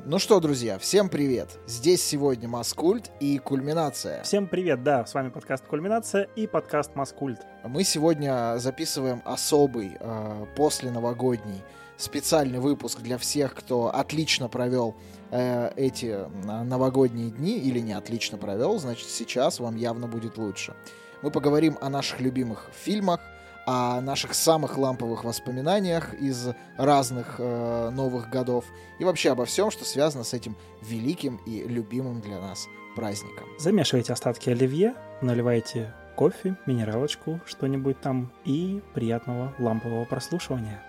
Ну что, друзья, всем привет! Здесь сегодня Маскульт и Кульминация. Всем привет, да, с вами подкаст Кульминация и подкаст Маскульт. Мы сегодня записываем особый, посленовогодний, специальный выпуск для всех, кто отлично провел эти новогодние дни или не отлично провел, значит, сейчас вам явно будет лучше. Мы поговорим о наших любимых фильмах, о наших самых ламповых воспоминаниях из разных новых годов и вообще обо всем, что связано с этим великим и любимым для нас праздником. Замешивайте остатки оливье, наливайте кофе, минералочку, что-нибудь там, и приятного лампового прослушивания.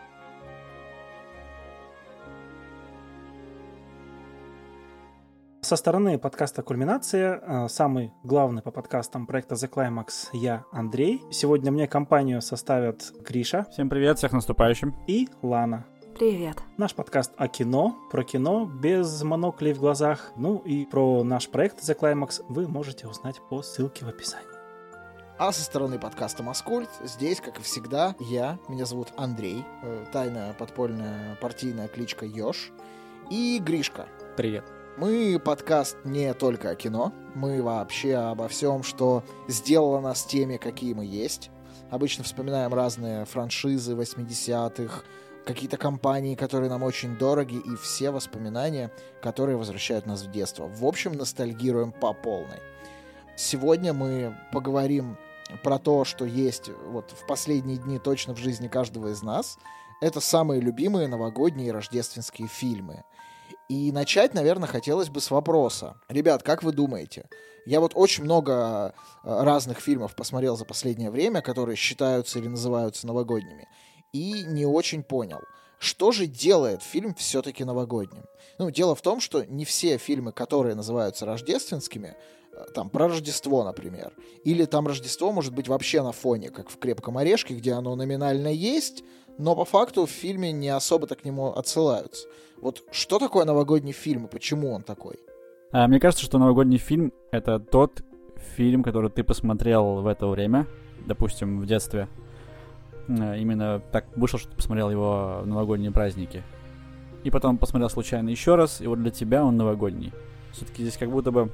Со стороны подкаста «Кульминация», самый главный по подкастам проекта The Climax, я Андрей. Сегодня мне компанию составят Гриша. Всем привет, всех наступающим. И Лана. Привет. Наш подкаст о кино, про кино без моноклей в глазах. Ну и про наш проект The Climax вы можете узнать по ссылке в описании. А со стороны подкаста Маскульт здесь, как и всегда, меня зовут Андрей, тайная подпольная партийная кличка Ёж, и Гришка. Привет. Мы подкаст не только о кино, мы вообще обо всем, что сделало нас теми, какие мы есть. Обычно вспоминаем разные франшизы 80-х, какие-то компании, которые нам очень дороги, и все воспоминания, которые возвращают нас в детство. В общем, ностальгируем по полной. Сегодня мы поговорим про то, что есть вот в последние дни точно в жизни каждого из нас. Это самые любимые новогодние и рождественские фильмы. И начать, наверное, хотелось бы с вопроса. Ребят, как вы думаете? Я вот очень много разных фильмов посмотрел за последнее время, которые считаются или называются новогодними, и не очень понял, что же делает фильм все-таки новогодним. Ну, дело в том, что не все фильмы, которые называются рождественскими, там, про Рождество, например, или там Рождество может быть вообще на фоне, как в «Крепком орешке», где оно номинально есть, но по факту в фильме не особо-то к нему отсылаются. Вот что такое новогодний фильм и почему он такой? Мне кажется, что новогодний фильм — это тот фильм, который ты посмотрел в это время, допустим, в детстве. Именно так вышло, что ты посмотрел его в новогодние праздники. И потом посмотрел случайно еще раз, и вот для тебя он новогодний. Все-таки здесь как будто бы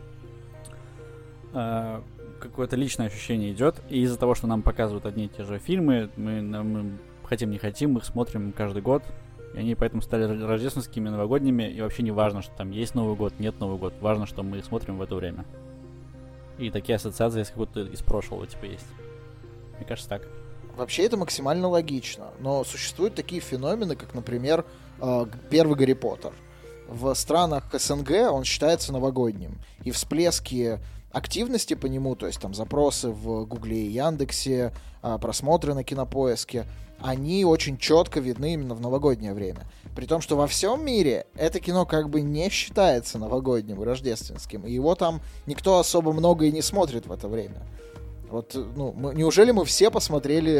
какое-то личное ощущение идет. И из-за того, что нам показывают одни и те же фильмы, мы хотим не хотим, их смотрим каждый год. И они поэтому стали рождественскими, новогодними. И вообще не важно, что там есть Новый год, нет Новый год. Важно, что мы их смотрим в это время. И такие ассоциации как будто из прошлого типа есть. Мне кажется, так. Вообще это максимально логично. Но существуют такие феномены, как, например, первый Гарри Поттер. В странах СНГ он считается новогодним. И всплески активности по нему, то есть там запросы в Гугле и Яндексе, просмотры на Кинопоиске, они очень четко видны именно в новогоднее время. При том, что во всем мире это кино как бы не считается новогодним и рождественским, и его там никто особо много и не смотрит в это время. Вот, ну, неужели мы все посмотрели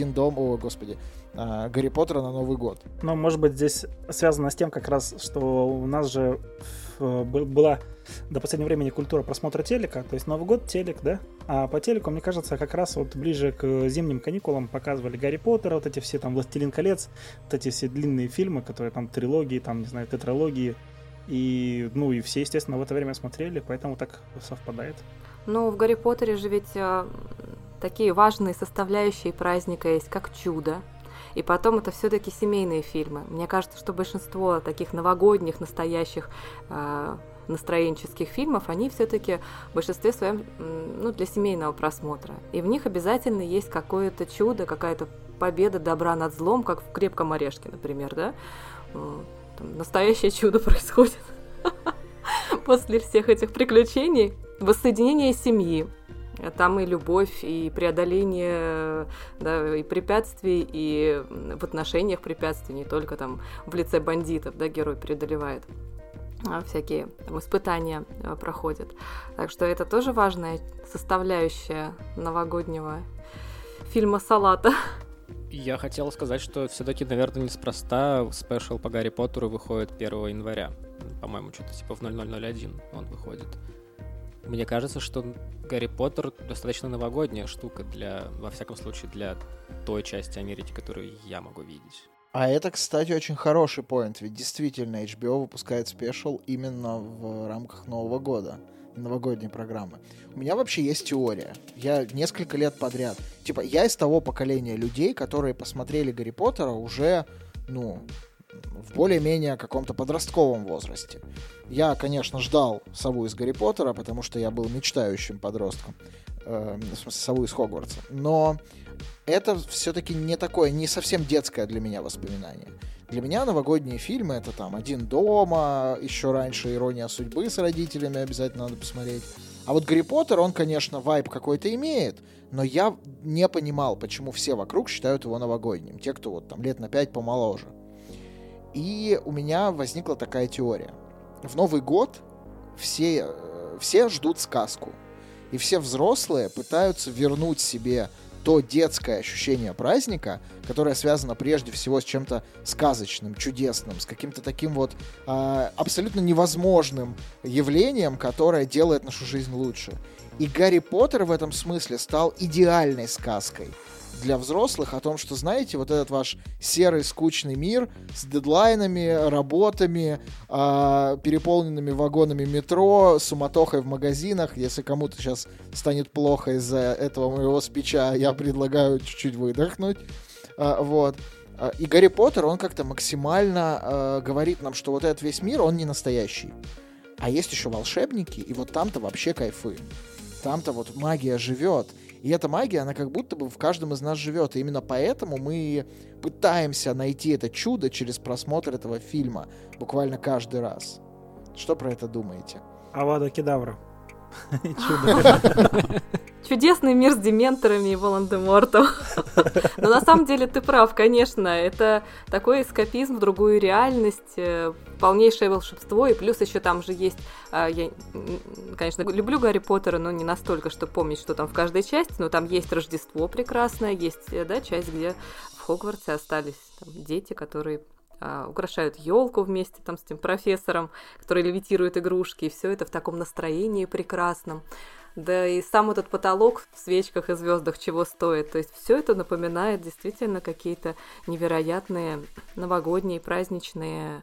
Гарри Поттера на Новый год? Ну, может быть, здесь связано с тем как раз, что у нас же была до последнего времени культура просмотра телека, то есть Новый год, телек, да? А по телеку, мне кажется, как раз вот ближе к зимним каникулам показывали Гарри Поттера, вот эти все там «Властелин колец», вот эти все длинные фильмы, которые там трилогии, там, не знаю, тетралогии, и, ну, и все, естественно, в это время смотрели, поэтому так совпадает. Ну, в Гарри Поттере же ведь такие важные составляющие праздника есть, как чудо. И потом это все-таки семейные фильмы. Мне кажется, что большинство таких новогодних, настоящих настроенческих фильмов, они все-таки в большинстве своем для семейного просмотра. И в них обязательно есть какое-то чудо, какая-то победа добра над злом, как в «Крепком орешке», например, да? Там настоящее чудо происходит после всех этих приключений. Воссоединение семьи. Там и любовь, и преодоление, да, и препятствий, и в отношениях препятствий, не только там в лице бандитов, да, герой преодолевает, всякие там испытания проходят. Так что это тоже важная составляющая новогоднего фильма «Салата». Я хотел сказать, что все-таки, наверное, неспроста спешл по Гарри Поттеру выходит 1 января. По-моему, что-то типа в 0001 он выходит. Мне кажется, что Гарри Поттер достаточно новогодняя штука во всяком случае, для той части Америки, которую я могу видеть. А это, кстати, очень хороший поинт, ведь действительно HBO выпускает спешл именно в рамках Нового года, новогодней программы. У меня вообще есть теория. Я несколько лет подряд... Типа, я из того поколения людей, которые посмотрели Гарри Поттера уже, в более-менее каком-то подростковом возрасте. Я, конечно, ждал сову из Гарри Поттера, потому что я был мечтающим подростком. В смысле, сову из Хогвартса. Но это все-таки не совсем детское для меня воспоминание. Для меня новогодние фильмы — это там «Один дома», еще раньше «Ирония судьбы» с родителями обязательно надо посмотреть. А вот Гарри Поттер, он, конечно, вайб какой-то имеет, но я не понимал, почему все вокруг считают его новогодним. Те, кто вот там лет на 5 помоложе. И у меня возникла такая теория. В Новый год все ждут сказку. И все взрослые пытаются вернуть себе то детское ощущение праздника, которое связано прежде всего с чем-то сказочным, чудесным, с каким-то таким вот абсолютно невозможным явлением, которое делает нашу жизнь лучше. И Гарри Поттер в этом смысле стал идеальной сказкой для взрослых о том, что, знаете, вот этот ваш серый, скучный мир с дедлайнами, работами, переполненными вагонами метро, суматохой в магазинах. Если кому-то сейчас станет плохо из-за этого моего спича, я предлагаю чуть-чуть выдохнуть. Вот. И Гарри Поттер, он как-то максимально говорит нам, что вот этот весь мир, он не настоящий. А есть еще волшебники, и вот там-то вообще кайфы. Там-то вот магия живет. И эта магия, она как будто бы в каждом из нас живет. И именно поэтому мы пытаемся найти это чудо через просмотр этого фильма буквально каждый раз. Что про это думаете? Авада Кедавра. Чудо. Чудесный мир с дементорами и Волан-де-Мортом. Но на самом деле ты прав, конечно. Это такой эскапизм в другую реальность, полнейшее волшебство. И плюс еще там же есть... Я, конечно, люблю Гарри Поттера, но не настолько, чтобы помнить, что там в каждой части. Но там есть Рождество прекрасное, есть часть, где в Хогвартсе остались там дети, которые... украшают елку вместе там с этим профессором, который левитирует игрушки, и все это в таком настроении прекрасном. Да и сам этот потолок в свечках и звездах чего стоит. То есть все это напоминает действительно какие-то невероятные новогодние, праздничные,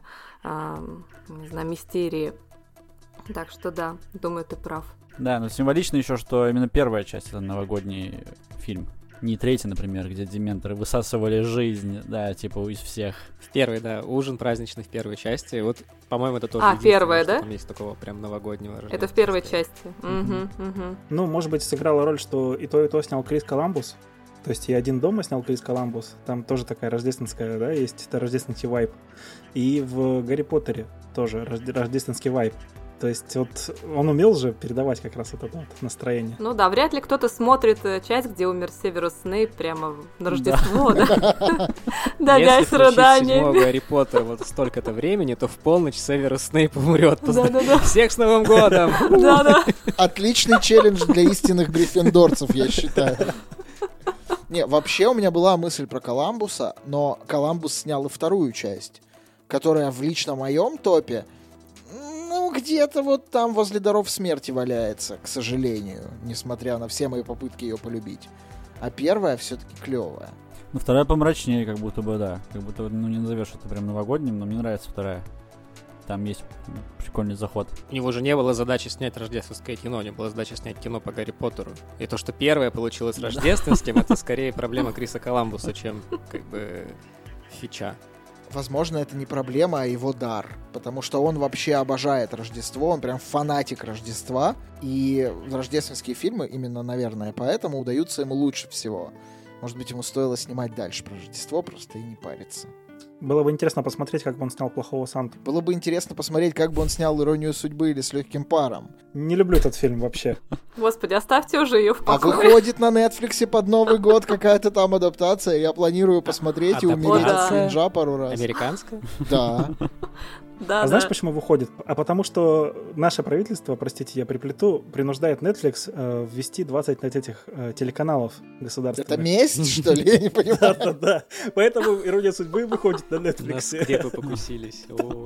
не знаю, мистерии. Так что да, думаю, ты прав. Да, но символично еще, что именно первая часть — это новогодний фильм. Не третий, например, где дементоры высасывали жизнь, да, типа из всех. В первой, да, ужин праздничный в первой части. Вот, по-моему, это тоже первая, да? Там есть такого прям новогоднего рождения. Это в первой части. Ну, может быть, сыграла роль, что и то снял Крис Коламбус. То есть и «Один дома» снял Крис Коламбус. Там тоже такая рождественская, да, есть рождественский вайб. И в «Гарри Поттере» тоже рождественский вайб. То есть вот он умел же передавать как раз это настроение. Ну да, вряд ли кто-то смотрит часть, где умер Северус Снейп прямо на Рождество, да? Давясь с рыданиями. Если включить Гарри Поттер вот столько-то времени, то в полночь Северус Снейп умрет. Всех с Новым годом! Да-да. Отличный челлендж для истинных гриффиндорцев, я считаю. Не, вообще у меня была мысль про Коламбуса, но Коламбус снял и вторую часть, которая в лично моем топе где-то вот там возле даров смерти валяется, к сожалению, несмотря на все мои попытки ее полюбить. А первая все-таки клевая. Ну, вторая помрачнее, как будто бы, да. Как будто, не назовешь это прям новогодним, но мне нравится вторая. Там есть прикольный заход. У него же не было задачи снять рождественское кино, у него была задача снять кино по Гарри Поттеру. И то, что первое получилось рождественским, это скорее проблема Криса Коламбуса, чем как бы фича. Возможно, это не проблема, а его дар. Потому что он вообще обожает Рождество, он прям фанатик Рождества. И рождественские фильмы, именно, наверное, поэтому удаются ему лучше всего. Может быть, ему стоило снимать дальше про Рождество, просто и не париться. Было бы интересно посмотреть, как бы он снял «Плохого Санту». Было бы интересно посмотреть, как бы он снял «Иронию судьбы» или «С легким паром». Не люблю этот фильм вообще. Господи, оставьте уже ее в покое. А выходит на Netflix под Новый год какая-то там адаптация. Я планирую посмотреть и умереть от кринжа пару раз. Американская? Да. А знаешь, почему выходит? А потому что наше правительство, простите, я приплету, принуждает Netflix ввести 20 этих телеканалов государственных. Это месть, что ли? Я не понимаю. Да. Поэтому «Ирония судьбы» выходит на Netflix. На скрепы покусились.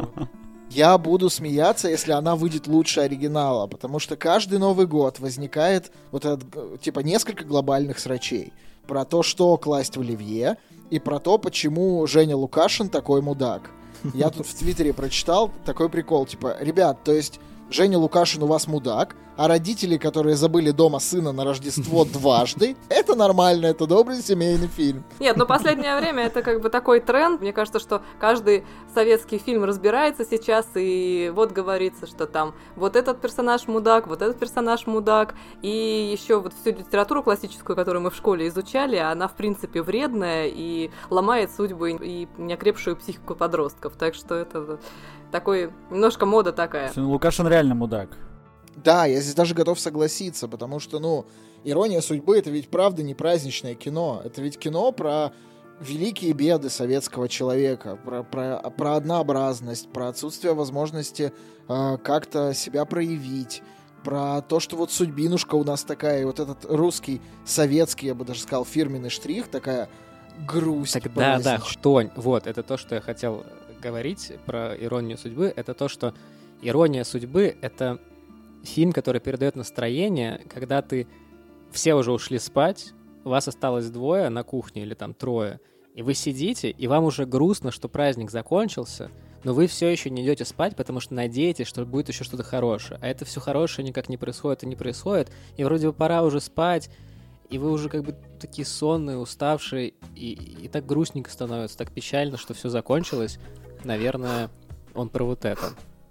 Я буду смеяться, если она выйдет лучше оригинала, потому что каждый Новый год возникает вот этот, типа, несколько глобальных срачей. про то, что класть в оливье, и про то, почему Женя Лукашин такой мудак. Я тут в Твиттере прочитал такой прикол, типа, ребят, то есть Женя Лукашин у вас мудак, а родители, которые забыли дома сына на Рождество дважды, это нормально, это добрый семейный фильм. Нет, но последнее время это как бы такой тренд. Мне кажется, что каждый советский фильм разбирается сейчас, и вот говорится, что там вот этот персонаж мудак, вот этот персонаж мудак, и еще вот всю литературу классическую, которую мы в школе изучали, она в принципе вредная и ломает судьбы и неокрепшую психику подростков. Так что это такой немножко мода такая. Лукашин реально мудак. Да, я здесь даже готов согласиться, потому что, «Ирония судьбы» — это ведь правда не праздничное кино. Это ведь кино про великие беды советского человека, про однообразность, про отсутствие возможности как-то себя проявить, про то, что вот судьбинушка у нас такая, и вот этот русский, советский, я бы даже сказал, фирменный штрих, такая грусть. Так, да, что? Вот, это то, что я хотел говорить про «Иронию судьбы». Это то, что «Ирония судьбы» — это фильм, который передает настроение, когда все уже ушли спать, у вас осталось 2 на кухне или там 3, и вы сидите, и вам уже грустно, что праздник закончился, но вы все еще не идете спать, потому что надеетесь, что будет еще что-то хорошее. А это все хорошее никак не происходит и не происходит, и вроде бы пора уже спать, и вы уже как бы такие сонные, уставшие, и так грустненько становится, так печально, что все закончилось. Наверное, он про вот это.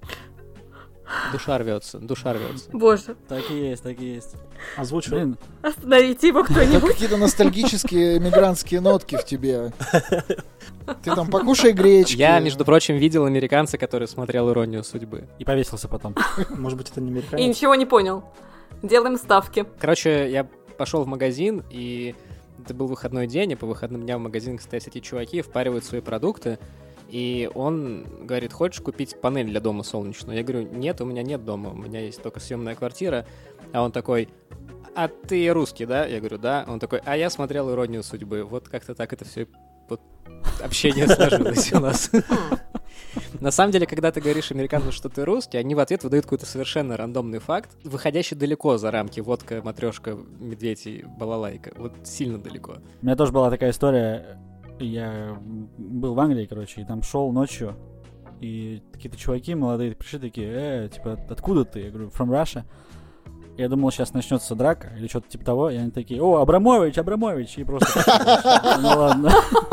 Душа рвется. Боже. Так и есть. Озвучивай. Блин, Остановите его Это кто-нибудь. какие-то ностальгические мигрантские нотки в тебе. Ты там покушай гречки. Я, между прочим, видел американца, который смотрел «Иронию судьбы». и повесился потом. Может быть, это не И американец? ничего не понял. Делаем ставки. Короче, я пошел в магазин, и это был выходной день, и по выходным дням в магазин стоят эти чуваки, впаривают свои продукты, и он говорит: хочешь купить панель для дома солнечную? Я говорю: нет, у меня нет дома, у меня есть только съемная квартира. А он такой: а ты русский, да? Я говорю: да. Он такой: а я смотрел «Иронию судьбы». Вот как-то так это все вот общение сложилось у нас. На самом деле, когда ты говоришь американцам, что ты русский, они в ответ выдают какой-то совершенно рандомный факт, выходящий далеко за рамки водка, матрешка, медведь и балалайка. Вот сильно далеко. У меня тоже была такая история. Я был в Англии, короче, и там шел ночью, и какие-то чуваки молодые пришли такие: типа, откуда ты? Я говорю: from Russia. Я думал, сейчас начнется драка или что-то типа того, и они такие: о, Абрамович, и просто... Ну ладно.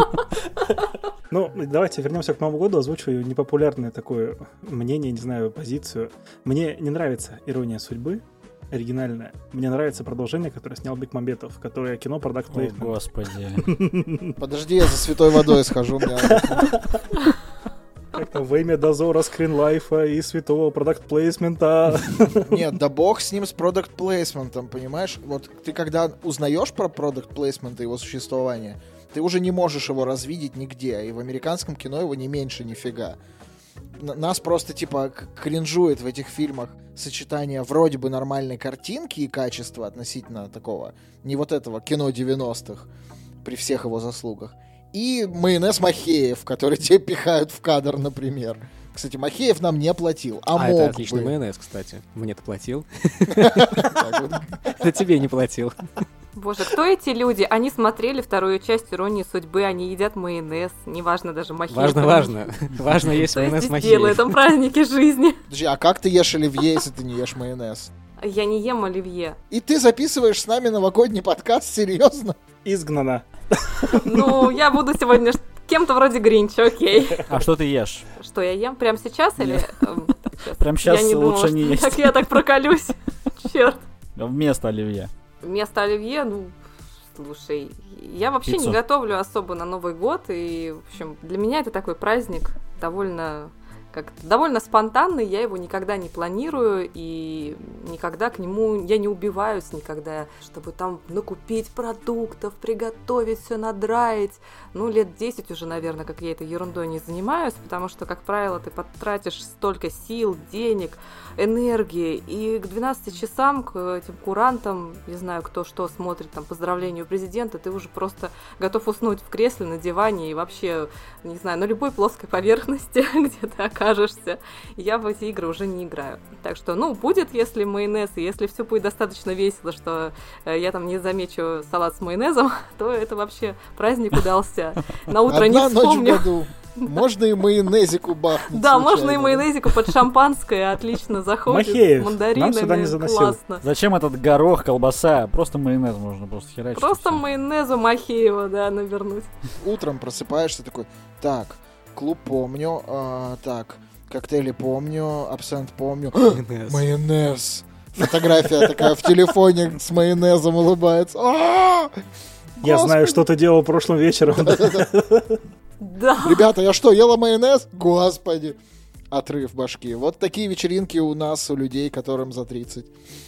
Ну, давайте вернемся к Новому году, озвучиваю непопулярное такое мнение, не знаю, позицию. Мне не нравится «Ирония судьбы», оригинальная. Мне нравится продолжение, которое снял Бекмамбетов, которое кино Product О, Placement. господи. Подожди, я за святой водой схожу. Как там, во имя дозора, скринлайфа и святого Product Placement. Нет, да бог с ним, с Product Placement, понимаешь? Вот ты когда узнаешь про Product Placement и его существование, ты уже не можешь его развидеть нигде, и в американском кино его не меньше нифига. Нас просто, типа, кринжует в этих фильмах сочетание вроде бы нормальной картинки и качества относительно такого, не вот этого кино 90-х, при всех его заслугах, и майонез Махеев, который тебе пихают в кадр, например. Кстати, Махеев нам не платил, а мог это отличный бы. майонез, кстати. Мне-то платил. Так вот. Это тебе не платил. Боже, кто эти люди? Они смотрели вторую часть «Иронии судьбы», они едят майонез, неважно даже Махеев. Важно. Важно есть Что я майонез здесь делаю? Махеев. Это праздники жизни. Подожди, а как ты ешь оливье, если ты не ешь майонез? Я не ем оливье. И ты записываешь с нами новогодний подкаст? Серьезно? Изгнана. Ну, я буду сегодня кем-то вроде Гринча, окей. А что ты ешь? Что я ем? Прямо сейчас или... Прям сейчас Я не думала, лучше не что есть. я так проколюсь. Черт. Вместо оливье. Вместо оливье, ну, слушай, я вообще Пиццу. не готовлю особо на Новый год, и, в общем, для меня это такой праздник довольно спонтанный, я его никогда не планирую, и никогда к нему, я не убиваюсь никогда, чтобы там накупить продуктов, приготовить все, надраить. Ну, лет 10 уже, наверное, как я этой ерундой не занимаюсь, потому что, как правило, ты потратишь столько сил, денег, энергии, и к 12 часам, к этим курантам, не знаю, кто что смотрит, там, поздравлению президента, ты уже просто готов уснуть в кресле, на диване и вообще, не знаю, на любой плоской поверхности, где ты окажешься. окажешься. Я в эти игры уже не играю. Так что, будет, если майонез, и если все будет достаточно весело, что я там не замечу салат с майонезом, то это вообще праздник удался. На утро не вспомню. Одна ночь в году. Можно и майонезику бахнуть. Да, можно и майонезику под шампанское, отлично заходит. Махеев, с мандаринами, нам сюда не заносил. классно. Зачем этот горох, колбаса? Просто майонез можно просто херачить. Просто и всё. майонезу Махеева, да, навернуть. Утром просыпаешься такой, так, клуб помню, так, коктейли помню, абсент помню. Майонез. Фотография такая в телефоне с майонезом улыбается. Я знаю, что ты делал прошлым вечером. Да. Ребята, я что, ела майонез? Господи. Отрыв башки. Вот такие вечеринки у нас, у людей, которым за 30.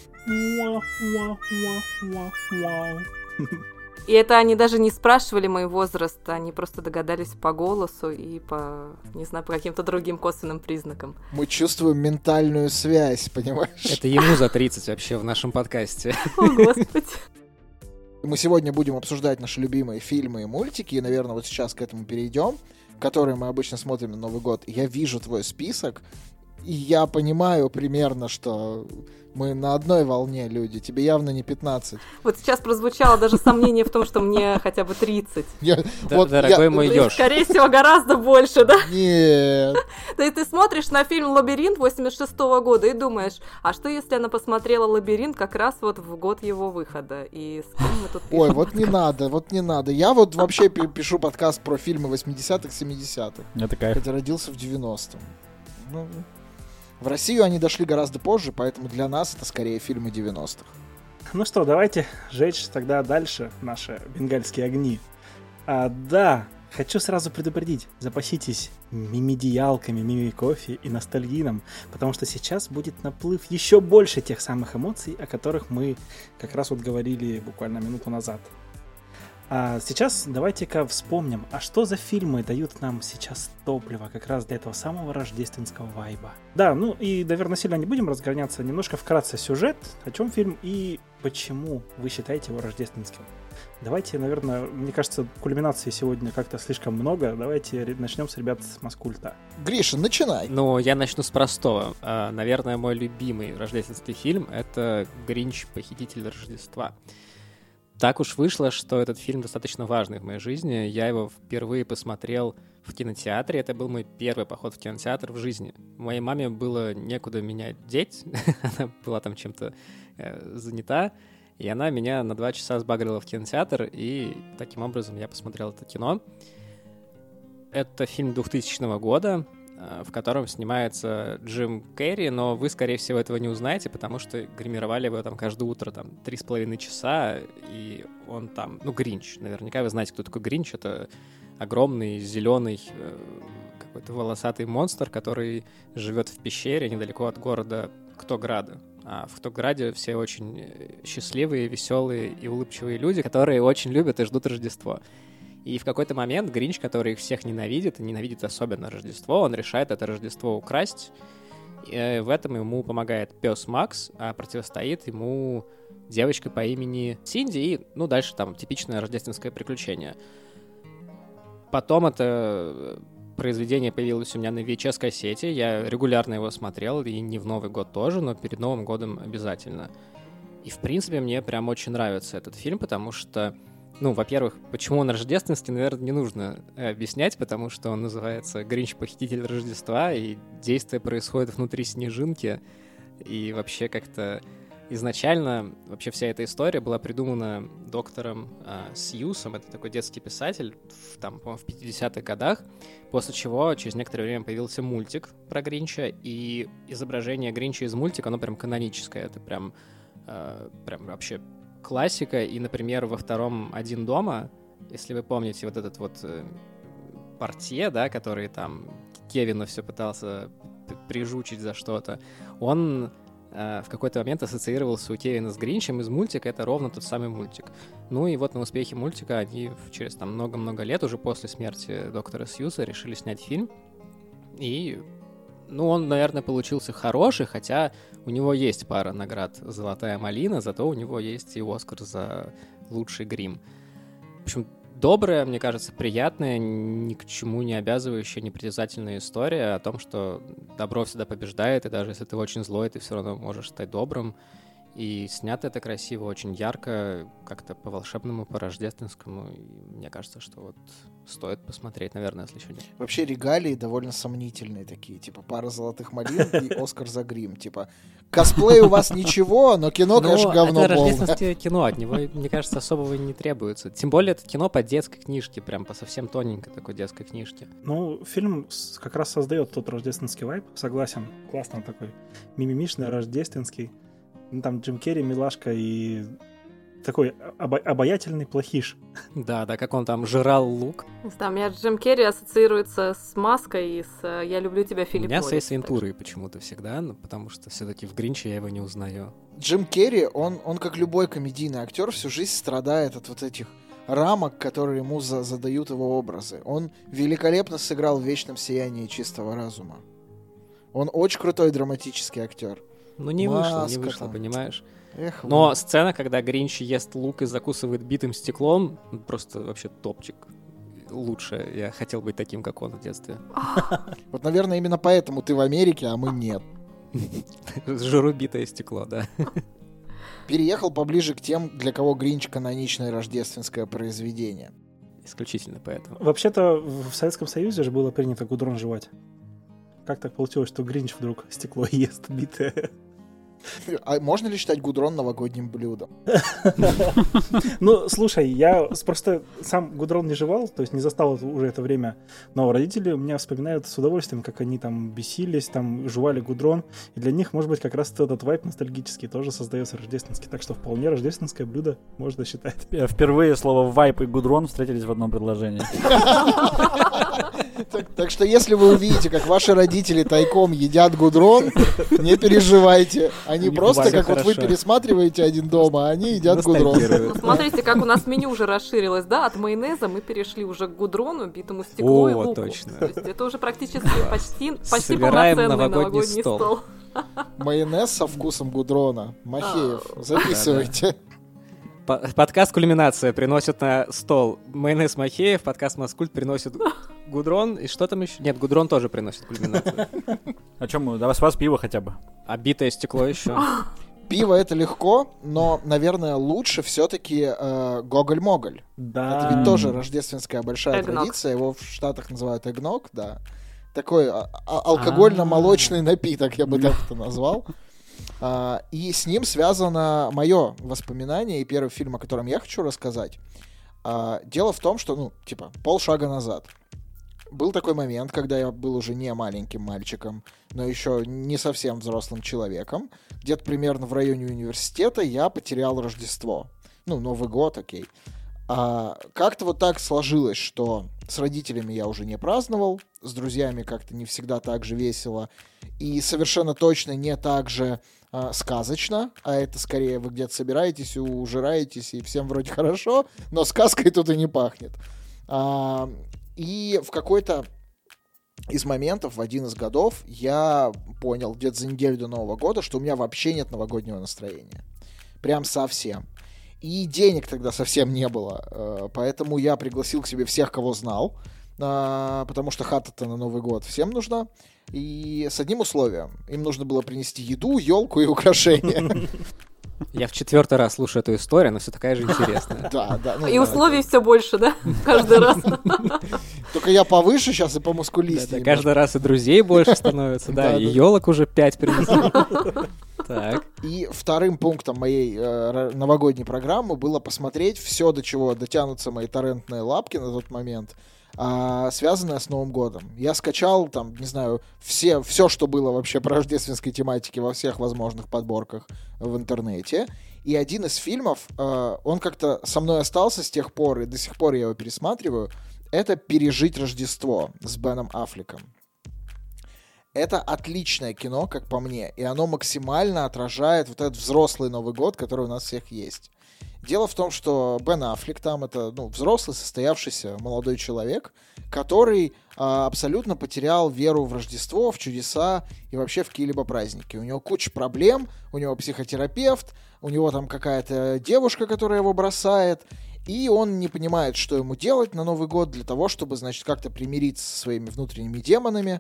И это они даже не спрашивали мой возраст, они просто догадались по голосу и по, не знаю, по каким-то другим косвенным признакам. Мы чувствуем ментальную связь, понимаешь? Это ему за 30 вообще в нашем подкасте. О, Господи. Мы сегодня будем обсуждать наши любимые фильмы и мультики, и, наверное, вот сейчас к этому перейдем, которые мы обычно смотрим на Новый год. Я вижу твой список, и я понимаю примерно, что мы на одной волне, люди. Тебе явно не 15. Вот сейчас прозвучало даже сомнение в том, что мне хотя бы 30. Дорогой мой То есть, Ёж. скорее всего, гораздо больше, да? Нет. То есть ты смотришь на фильм «Лабиринт» 86-го года и думаешь, а что если она посмотрела «Лабиринт» как раз вот в год его выхода? И с кем мы тут пишем? Ой, вот не надо. Я вот вообще пишу подкаст про фильмы 80-х, 70-х. Это кайф. Хотя родился в 90-м. Ну, в Россию они дошли гораздо позже, поэтому для нас это скорее фильмы 90-х. Ну что, давайте жечь тогда дальше наши бенгальские огни. Да, хочу сразу предупредить, запаситесь мимидиалками, мимикофе и ностальгином, потому что сейчас будет наплыв еще больше тех самых эмоций, о которых мы как раз вот говорили буквально минуту назад. А сейчас давайте-ка вспомним, а что за фильмы дают нам сейчас топливо как раз для этого самого рождественского вайба. Да, и, наверное, сильно не будем разгоняться, немножко вкратце сюжет, о чем фильм и почему вы считаете его рождественским. Давайте, наверное, мне кажется, кульминации сегодня как-то слишком много, давайте начнем с ребят с Маскульта. Гриша, начинай. Ну, я начну с простого. Наверное, мой любимый рождественский фильм — это «Гринч. Похититель Рождества». Так уж вышло, что этот фильм достаточно важный в моей жизни. Я его впервые посмотрел в кинотеатре. Это был мой первый поход в кинотеатр в жизни. Моей маме было некуда меня деть. Она была там чем-то занята. И она меня на 2 часа сбагрила в кинотеатр. И таким образом я посмотрел это кино. Это фильм 2000 года, в котором снимается Джим Керри, но вы, скорее всего, этого не узнаете, потому что гримировали его там каждое утро, там, 3,5 часа, и он там, Гринч. Наверняка вы знаете, кто такой Гринч. Это огромный, зеленый, какой-то волосатый монстр, который живет в пещере недалеко от города Ктограда. А в Ктограде все очень счастливые, веселые и улыбчивые люди, которые очень любят и ждут Рождество. И в какой-то момент Гринч, который их всех ненавидит, и ненавидит особенно Рождество, он решает это Рождество украсть. И в этом ему помогает пес Макс, а противостоит ему девочка по имени Синди, и, дальше там типичное рождественское приключение. Потом это произведение появилось у меня на VHS-кассете, я регулярно его смотрел, и не в Новый год тоже, но перед Новым годом обязательно. И, в принципе, мне прям очень нравится этот фильм, потому что во-первых, почему он рождественский, наверное, не нужно объяснять, потому что он называется «Гринч. Похититель Рождества», и действие происходит внутри снежинки, и вообще как-то изначально вообще вся эта история была придумана доктором Сьюсом, это такой детский писатель, по-моему, в 50-х годах, после чего через некоторое время появился мультик про Гринча, и изображение Гринча из мультика, оно прям каноническое, это прям вообще классика, и, например, во втором «Один дома», если вы помните вот этот вот портье, да, который там Кевина все пытался прижучить за что-то, он в какой-то момент ассоциировался у Кевина с Гринчем из мультика, это ровно тот самый мультик. И вот на успехе мультика они через много-много лет, уже после смерти доктора Сьюза, решили снять фильм, и он, наверное, получился хороший, хотя у него есть пара наград «Золотая малина», зато у него есть и «Оскар» за лучший грим. В общем, добрая, мне кажется, приятная, ни к чему не обязывающая, непритязательная история о том, что добро всегда побеждает, и даже если ты очень злой, ты все равно можешь стать добрым. И снято это красиво, очень ярко, как-то по-волшебному, по-рождественскому. И мне кажется, что вот стоит посмотреть, наверное, если еще нет. Вообще регалии довольно сомнительные такие, типа пара золотых малин и Оскар за грим. Типа косплей у вас ничего, но кино, конечно, говно это полное. рождественское кино, от него, мне кажется, особого не требуется. Тем более это кино по детской книжке, прям по совсем тоненькой такой детской книжке. Ну, фильм как раз создает тот рождественский вайб, согласен. Классно такой. Мимимишный, рождественский. Ну, там Джим Керри, милашка и такой обаятельный плохиш. Да, как он там жрал лук. Там у меня Джим Керри ассоциируется с Маской и с «Я люблю тебя, Филипп У меня Норрис». с Эйс Вентурой почему-то всегда, потому что все-таки в Гринче я его не узнаю. Джим Керри, он как любой комедийный актер, всю жизнь страдает от вот этих рамок, которые ему задают его образы. Он великолепно сыграл в «Вечном сиянии чистого разума». Он очень крутой драматический актер. Ну не вышло, там. Понимаешь? Эх, Но сцена, когда Гринч ест лук и закусывает битым стеклом, просто вообще топчик. Лучше. Я хотел быть таким, как он в детстве. Вот, наверное, именно поэтому ты в Америке, а мы нет. Жру битое стекло, да. Переехал поближе к тем, для кого Гринч — каноничное рождественское произведение. Исключительно поэтому. Вообще-то в Советском Союзе же было принято гудрон жевать. Как так получилось, что Гринч вдруг стекло ест битое? А можно ли считать гудрон новогодним блюдом? Ну, слушай, я просто сам гудрон не жевал, то есть не застал уже это время, но родители у меня вспоминают с удовольствием, как они там бесились, там жевали гудрон, и для них, может быть, как раз этот вайб ностальгический тоже создается рождественский, так что вполне рождественское блюдо можно считать. Впервые слово «вайп» и «гудрон» встретились в одном предложении. Так что если вы увидите, как ваши родители тайком едят гудрон, не переживайте. Они просто, как вот вы пересматриваете «Один дома», а они едят гудрон. Ну, смотрите, как у нас меню уже расширилось, да? От майонеза мы перешли уже к гудрону, битому стеклу и луку. Точно. То есть это уже практически почти Собираем полноценный новогодний стол. Майонез со вкусом гудрона. Махеев, записывайте. Подкаст «Кульминация» приносит на стол майонез Махеев, подкаст «Маскульт» приносит гудрон, и что там еще? Нет, гудрон тоже приносит кульминацию. О чем мы? Да с вас пиво хотя бы. А битое стекло еще. Пиво — это легко, но, наверное, лучше все-таки Гоголь-Моголь. Да. Это ведь тоже рождественская большая Эгног. традиция. Его в Штатах называют эгног, да. Такой алкогольно-молочный напиток, я бы так это назвал. И с ним связано мое воспоминание и первый фильм, о котором я хочу рассказать. Дело в том, что, полшага назад был такой момент, когда я был уже не маленьким мальчиком, но еще не совсем взрослым человеком. Где-то примерно в районе университета я потерял Рождество. Новый год, окей. Как-то вот так сложилось, что с родителями я уже не праздновал, с друзьями как-то не всегда так же весело, и совершенно точно не так же сказочно, а это скорее вы где-то собираетесь, ужираетесь, и всем вроде хорошо, но сказкой тут и не пахнет. И в какой-то из моментов, в один из годов, я понял где-то за неделю до Нового года, что у меня вообще нет новогоднего настроения. Прям совсем. И денег тогда совсем не было, поэтому я пригласил к себе всех, кого знал, потому что хата-то на Новый год всем нужна, и с одним условием. Им нужно было принести еду, елку и украшения. Я в 4-й раз слушаю эту историю, но все такая же интересная. Да. И условий все больше, да? Каждый раз. Только я повыше сейчас и по мускулистее. Каждый раз и друзей больше становится, да, и елок уже 5 принесли. Так. И вторым пунктом моей новогодней программы было посмотреть все, до чего дотянутся мои торрентные лапки на тот момент, связанное с Новым годом. Я скачал, все, что было вообще по рождественской тематике во всех возможных подборках в интернете. И один из фильмов, он как-то со мной остался с тех пор, и до сих пор я его пересматриваю, это «Пережить Рождество» с Беном Аффлеком. Это отличное кино, как по мне, и оно максимально отражает вот этот взрослый Новый год, который у нас всех есть. Дело в том, что Бен Аффлек там это взрослый, состоявшийся молодой человек, который абсолютно потерял веру в Рождество, в чудеса и вообще в какие-либо праздники. У него куча проблем, у него психотерапевт, у него там какая-то девушка, которая его бросает. И он не понимает, что ему делать на Новый год для того, чтобы, значит, как-то примириться со своими внутренними демонами.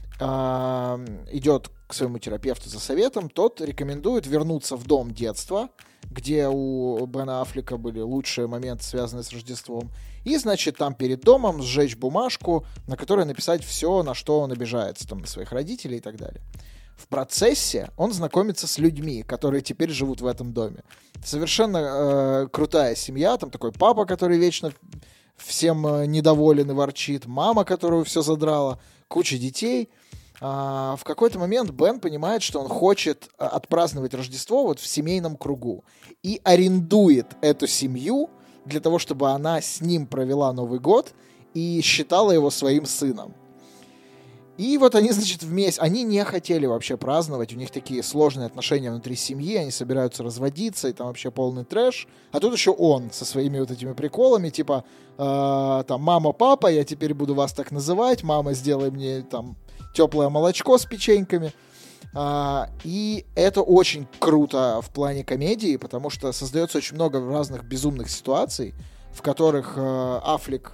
Идет к своему терапевту за советом. Тот рекомендует вернуться в дом детства, где у Бена Аффлека были лучшие моменты, связанные с Рождеством. И, значит, там перед домом сжечь бумажку, на которой написать все, на что он обижается, там, на своих родителей и так далее. В процессе он знакомится с людьми, которые теперь живут в этом доме. Совершенно крутая семья. Там такой папа, который вечно всем недоволен и ворчит. Мама, которую все задрала. Куча детей. В какой-то момент Бен понимает, что он хочет отпраздновать Рождество вот в семейном кругу. И арендует эту семью для того, чтобы она с ним провела Новый год и считала его своим сыном. И вот они, значит, вместе, они не хотели вообще праздновать, у них такие сложные отношения внутри семьи, они собираются разводиться, и там вообще полный трэш. А тут еще он со своими вот этими приколами, типа, там, мама, папа, я теперь буду вас так называть, мама, сделай мне там теплое молочко с печеньками. И это очень круто в плане комедии, потому что создается очень много разных безумных ситуаций, в которых Аффлек...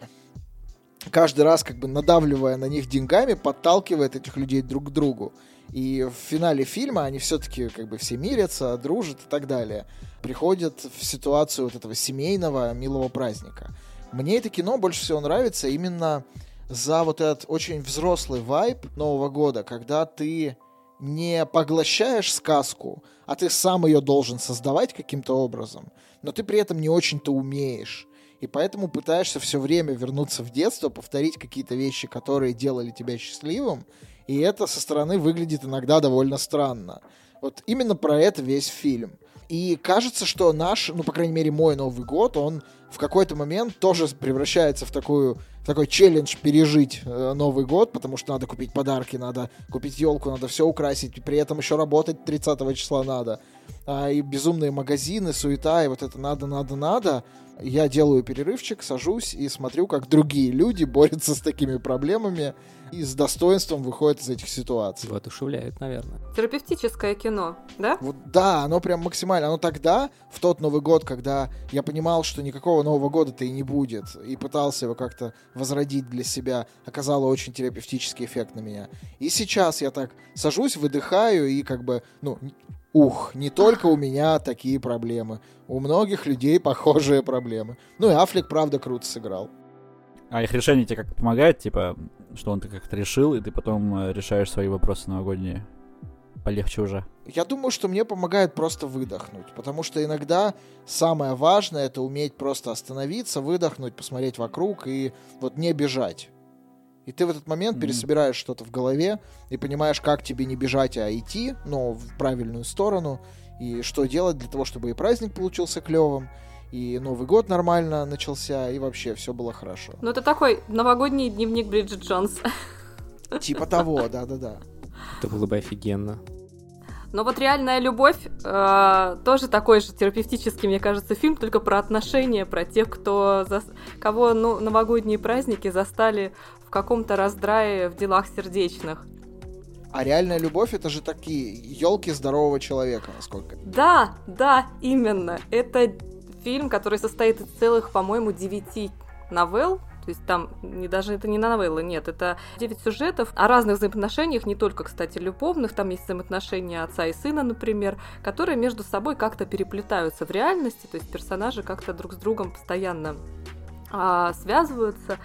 каждый раз, как бы надавливая на них деньгами, подталкивает этих людей друг к другу. И в финале фильма они все-таки как бы все мирятся, дружат и так далее. Приходят в ситуацию вот этого семейного милого праздника. Мне это кино больше всего нравится именно за вот этот очень взрослый вайб Нового года, когда ты не поглощаешь сказку, а ты сам ее должен создавать каким-то образом, но ты при этом не очень-то умеешь. И поэтому пытаешься все время вернуться в детство, повторить какие-то вещи, которые делали тебя счастливым, и это со стороны выглядит иногда довольно странно. Вот именно про это весь фильм. И кажется, что наш, ну, по крайней мере, мой Новый год, он в какой-то момент тоже превращается в такой челлендж пережить Новый год, потому что надо купить подарки, надо купить елку, надо все украсить, при этом еще работать 30 числа надо. И безумные магазины, суета, и вот это надо. Я делаю перерывчик, сажусь и смотрю, как другие люди борются с такими проблемами и с достоинством выходят из этих ситуаций. Воодушевляет, наверное. Терапевтическое кино, да? Вот да, оно прям максимально. Оно тогда, в тот Новый год, когда я понимал, что никакого Нового года-то и не будет, и пытался его как-то возродить для себя, оказало очень терапевтический эффект на меня. И сейчас я так сажусь, выдыхаю и как бы, не только у меня такие проблемы. У многих людей похожие проблемы. И Аффлек, правда, круто сыграл. А их решение тебе как-то помогает? Типа, что он ты как-то решил, и ты потом решаешь свои вопросы новогодние? Полегче уже? Я думаю, что мне помогает просто выдохнуть. Потому что иногда самое важное — это уметь просто остановиться, выдохнуть, посмотреть вокруг и вот не бежать. И ты в этот момент пересобираешь что-то в голове и понимаешь, как тебе не бежать, а идти, но в правильную сторону, и что делать для того, чтобы и праздник получился клевым, и Новый год нормально начался, и вообще все было хорошо. Это такой новогодний дневник Бриджит Джонс. Типа того, да-да-да. Это было бы офигенно. Но вот «Реальная любовь» тоже такой же терапевтический, мне кажется, фильм, только про отношения, про тех, кого новогодние праздники застали в каком-то раздрае в делах сердечных. А «Реальная любовь» — это же такие елки здорового человека, насколько. Да, именно. Это фильм, который состоит из целых, по-моему, 9 новелл. То есть там это не новеллы, нет, это 9 сюжетов о разных взаимоотношениях, не только, кстати, любовных, там есть взаимоотношения отца и сына, например, которые между собой как-то переплетаются в реальности, то есть персонажи как-то друг с другом постоянно связываются.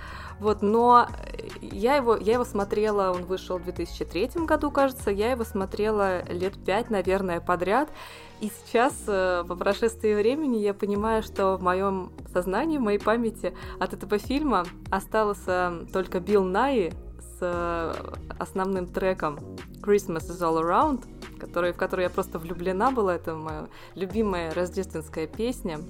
Но я его смотрела, он вышел в 2003 году, кажется, я его смотрела лет 5, наверное, подряд, и сейчас, по прошествии времени, я понимаю, что в моем сознании, в моей памяти от этого фильма остался только Билл Найи с основным треком «Christmas is all around», в который я просто влюблена была, это моя любимая рождественская песня.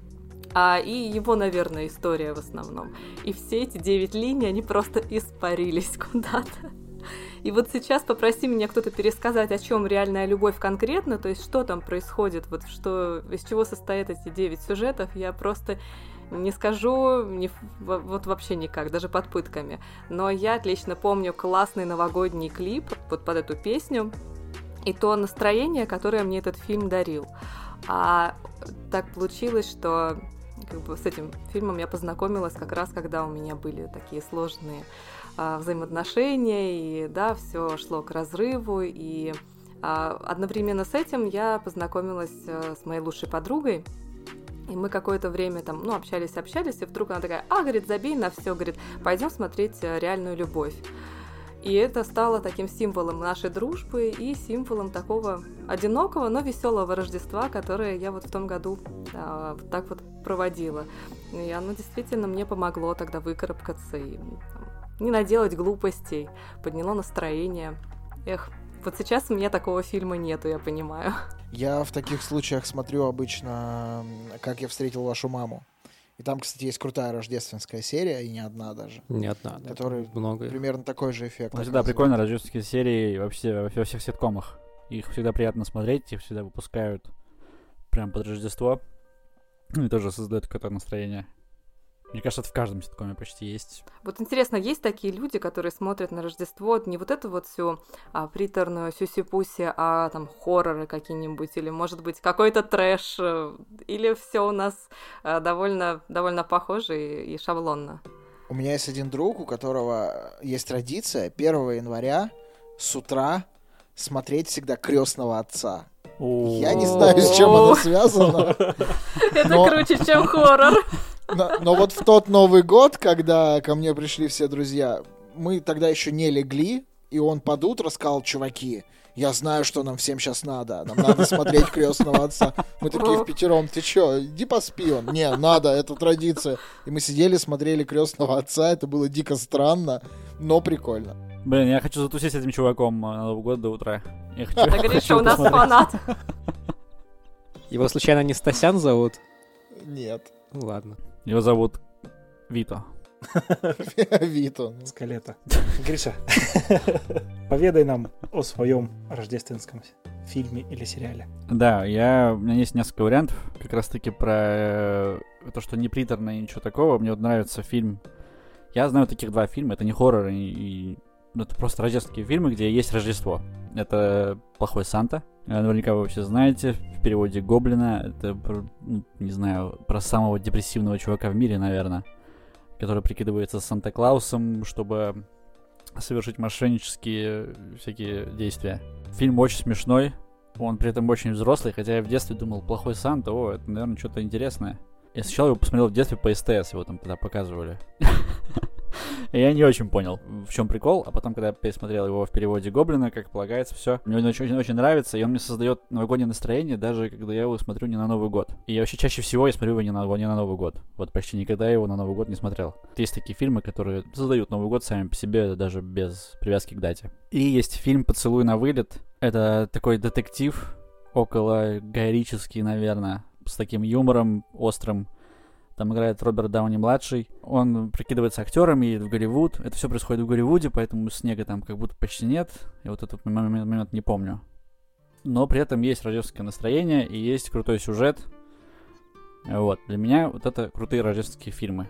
И его, наверное, история в основном. И все эти 9 линий, они просто испарились куда-то. И вот сейчас попроси меня кто-то пересказать, о чем «Реальная любовь» конкретно, то есть что там происходит, из чего состоят эти 9 сюжетов, я просто не скажу вообще никак, даже под пытками. Но я отлично помню классный новогодний клип под эту песню и то настроение, которое мне этот фильм дарил. А так получилось, что как бы с этим фильмом я познакомилась как раз, когда у меня были такие сложные взаимоотношения, и да, все шло к разрыву, и одновременно с этим я познакомилась с моей лучшей подругой, и мы какое-то время там, общались, и вдруг она такая: говорит, забей на все, говорит, пойдем смотреть «Реальную любовь». И это стало таким символом нашей дружбы и символом такого одинокого, но веселого Рождества, которое я вот в том году так вот проводила. И оно действительно мне помогло тогда выкарабкаться и не наделать глупостей, подняло настроение. Вот сейчас у меня такого фильма нету, я понимаю. Я в таких случаях смотрю обычно «Как я встретил вашу маму». И там, кстати, есть крутая рождественская серия, и не одна даже. Не одна, да. Которая много. Примерно такой же эффект. Всегда прикольно рождественские серии во всех ситкомах. Их всегда приятно смотреть, их всегда выпускают прям под Рождество. И тоже создают какое-то настроение. Мне кажется, это в каждом ситкоме почти есть. Вот интересно, есть такие люди, которые смотрят на Рождество не вот эту вот всю приторную сюси-пуси, а там хорроры какие-нибудь, или, может быть, какой-то трэш, или все у нас довольно похоже и шаблонно? У меня есть один друг, у которого есть традиция 1 января с утра смотреть всегда «Крестного отца». Я не знаю, с чем оно связано. Это круче, чем хоррор. Но вот в тот Новый год, когда ко мне пришли все друзья, мы тогда еще не легли, и он под утро сказал: чуваки, я знаю, что нам всем сейчас надо. Нам надо смотреть «Крестного отца». Мы такие впятером: ты че, иди поспи. Он: не, надо, это традиция. И мы сидели, смотрели «Крестного отца». Это было дико странно, но прикольно. Блин, я хочу затусить с этим чуваком на Новый год до утра. Да, Гриша, у нас фанат. Его случайно не Стасян зовут? Нет. Ну ладно. Его зовут Вито. Вито. Скалета. Гриша, поведай нам о своем рождественском фильме или сериале. Да, у меня есть несколько вариантов, как раз-таки про то, что не приторно и ничего такого. Мне вот нравится фильм. Я знаю таких два фильма, это не хоррор, это просто рождественские фильмы, где есть Рождество. Это «Плохой Санта». Наверняка вы все знаете, в переводе Гоблина. Это, не знаю, про самого депрессивного чувака в мире, наверное, который прикидывается Санта-Клаусом, чтобы совершить мошеннические всякие действия. Фильм очень смешной, он при этом очень взрослый, хотя я в детстве думал: «Плохой Санта», это, наверное, что-то интересное. Я сначала его посмотрел в детстве по СТС, его там тогда показывали. И я не очень понял, в чем прикол, а потом, когда я пересмотрел его в переводе Гоблина, как полагается, все, мне он очень нравится, и он мне создает новогоднее настроение, даже когда я его смотрю не на Новый год. И вообще чаще всего я смотрю его не на Новый год. Вот почти никогда я его на Новый год не смотрел. Есть такие фильмы, которые создают Новый год сами по себе, даже без привязки к дате. И есть фильм «Поцелуй на вылет». Это такой детектив, около гайрический, наверное, с таким юмором острым. Там играет Роберт Дауни-младший. Он прикидывается актером и едет в Голливуд. Это все происходит в Голливуде, поэтому снега там как будто почти нет. Я вот этот момент не помню. Но при этом есть рождественское настроение и есть крутой сюжет. Вот. Для меня вот это крутые рождественские фильмы.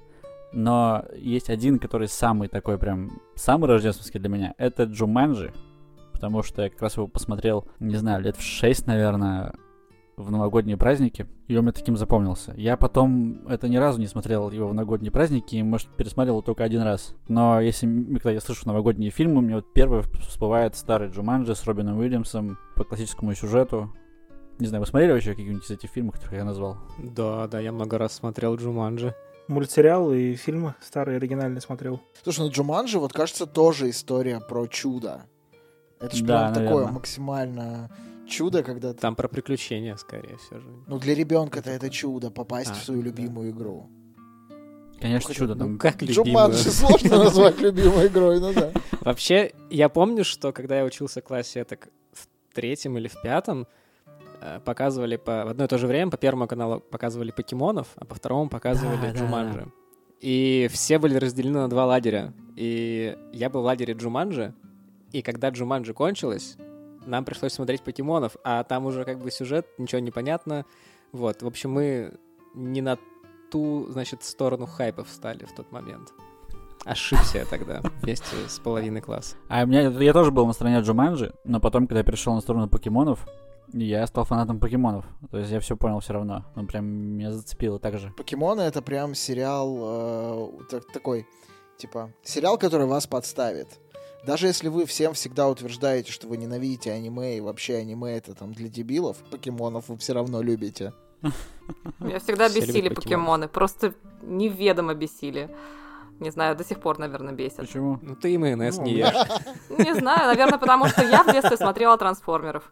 Но есть один, который самый такой прям... Самый рождественский для меня. Это «Джуманджи». Потому что я как раз его посмотрел, не знаю, лет в 6, наверное, в новогодние праздники, и он мне таким запомнился. Я потом это ни разу не смотрел его в новогодние праздники, и, может, пересмотрел только один раз. Но когда я слышу новогодние фильмы, мне вот первый всплывает старый «Джуманджи» с Робином Уильямсом по классическому сюжету. Не знаю, вы смотрели вообще какие-нибудь из этих фильмов, которых я назвал? Да, я много раз смотрел «Джуманджи». Мультсериал и фильмы старые, оригинальные смотрел. Слушай, «Джуманджи», вот кажется, тоже история про чудо. Это же прям такое максимально... чудо, когда... Там про приключения, скорее, все же. Ну, для ребенка-то это чудо, попасть в свою любимую игру. Конечно, чудо. Ну, как любимую? Джуманджи сложно назвать любимой игрой, ну да. Вообще, я помню, что когда я учился в классе в 3-м или в 5-м, показывали в одно и то же время, по первому каналу показывали покемонов, а по второму показывали Джуманджи. Да. И все были разделены на 2 лагеря. И я был в лагере Джуманджи, и когда Джуманджи кончилась, нам пришлось смотреть покемонов, а там уже как бы сюжет, ничего не понятно. Вот, в общем, мы не на ту, сторону хайпа встали в тот момент. Ошибся я тогда вместе с половиной класса. Я тоже был на стороне Джуманджи, но потом, когда я перешел на сторону покемонов, Я стал фанатом покемонов. То есть я все понял все равно. Ну, прям меня зацепило так же. Покемоны — это прям сериал такой, типа, сериал, который вас подставит. Даже если вы всем всегда утверждаете, что вы ненавидите аниме, и вообще аниме это там для дебилов, покемонов вы все равно любите. Меня всегда Все бесили любят покемоны, просто неведомо бесили. Не знаю, до сих пор, наверное, бесят. Почему? Ну ты и майонез не ешь. Не знаю, наверное, потому что я в детстве смотрела «Трансформеров».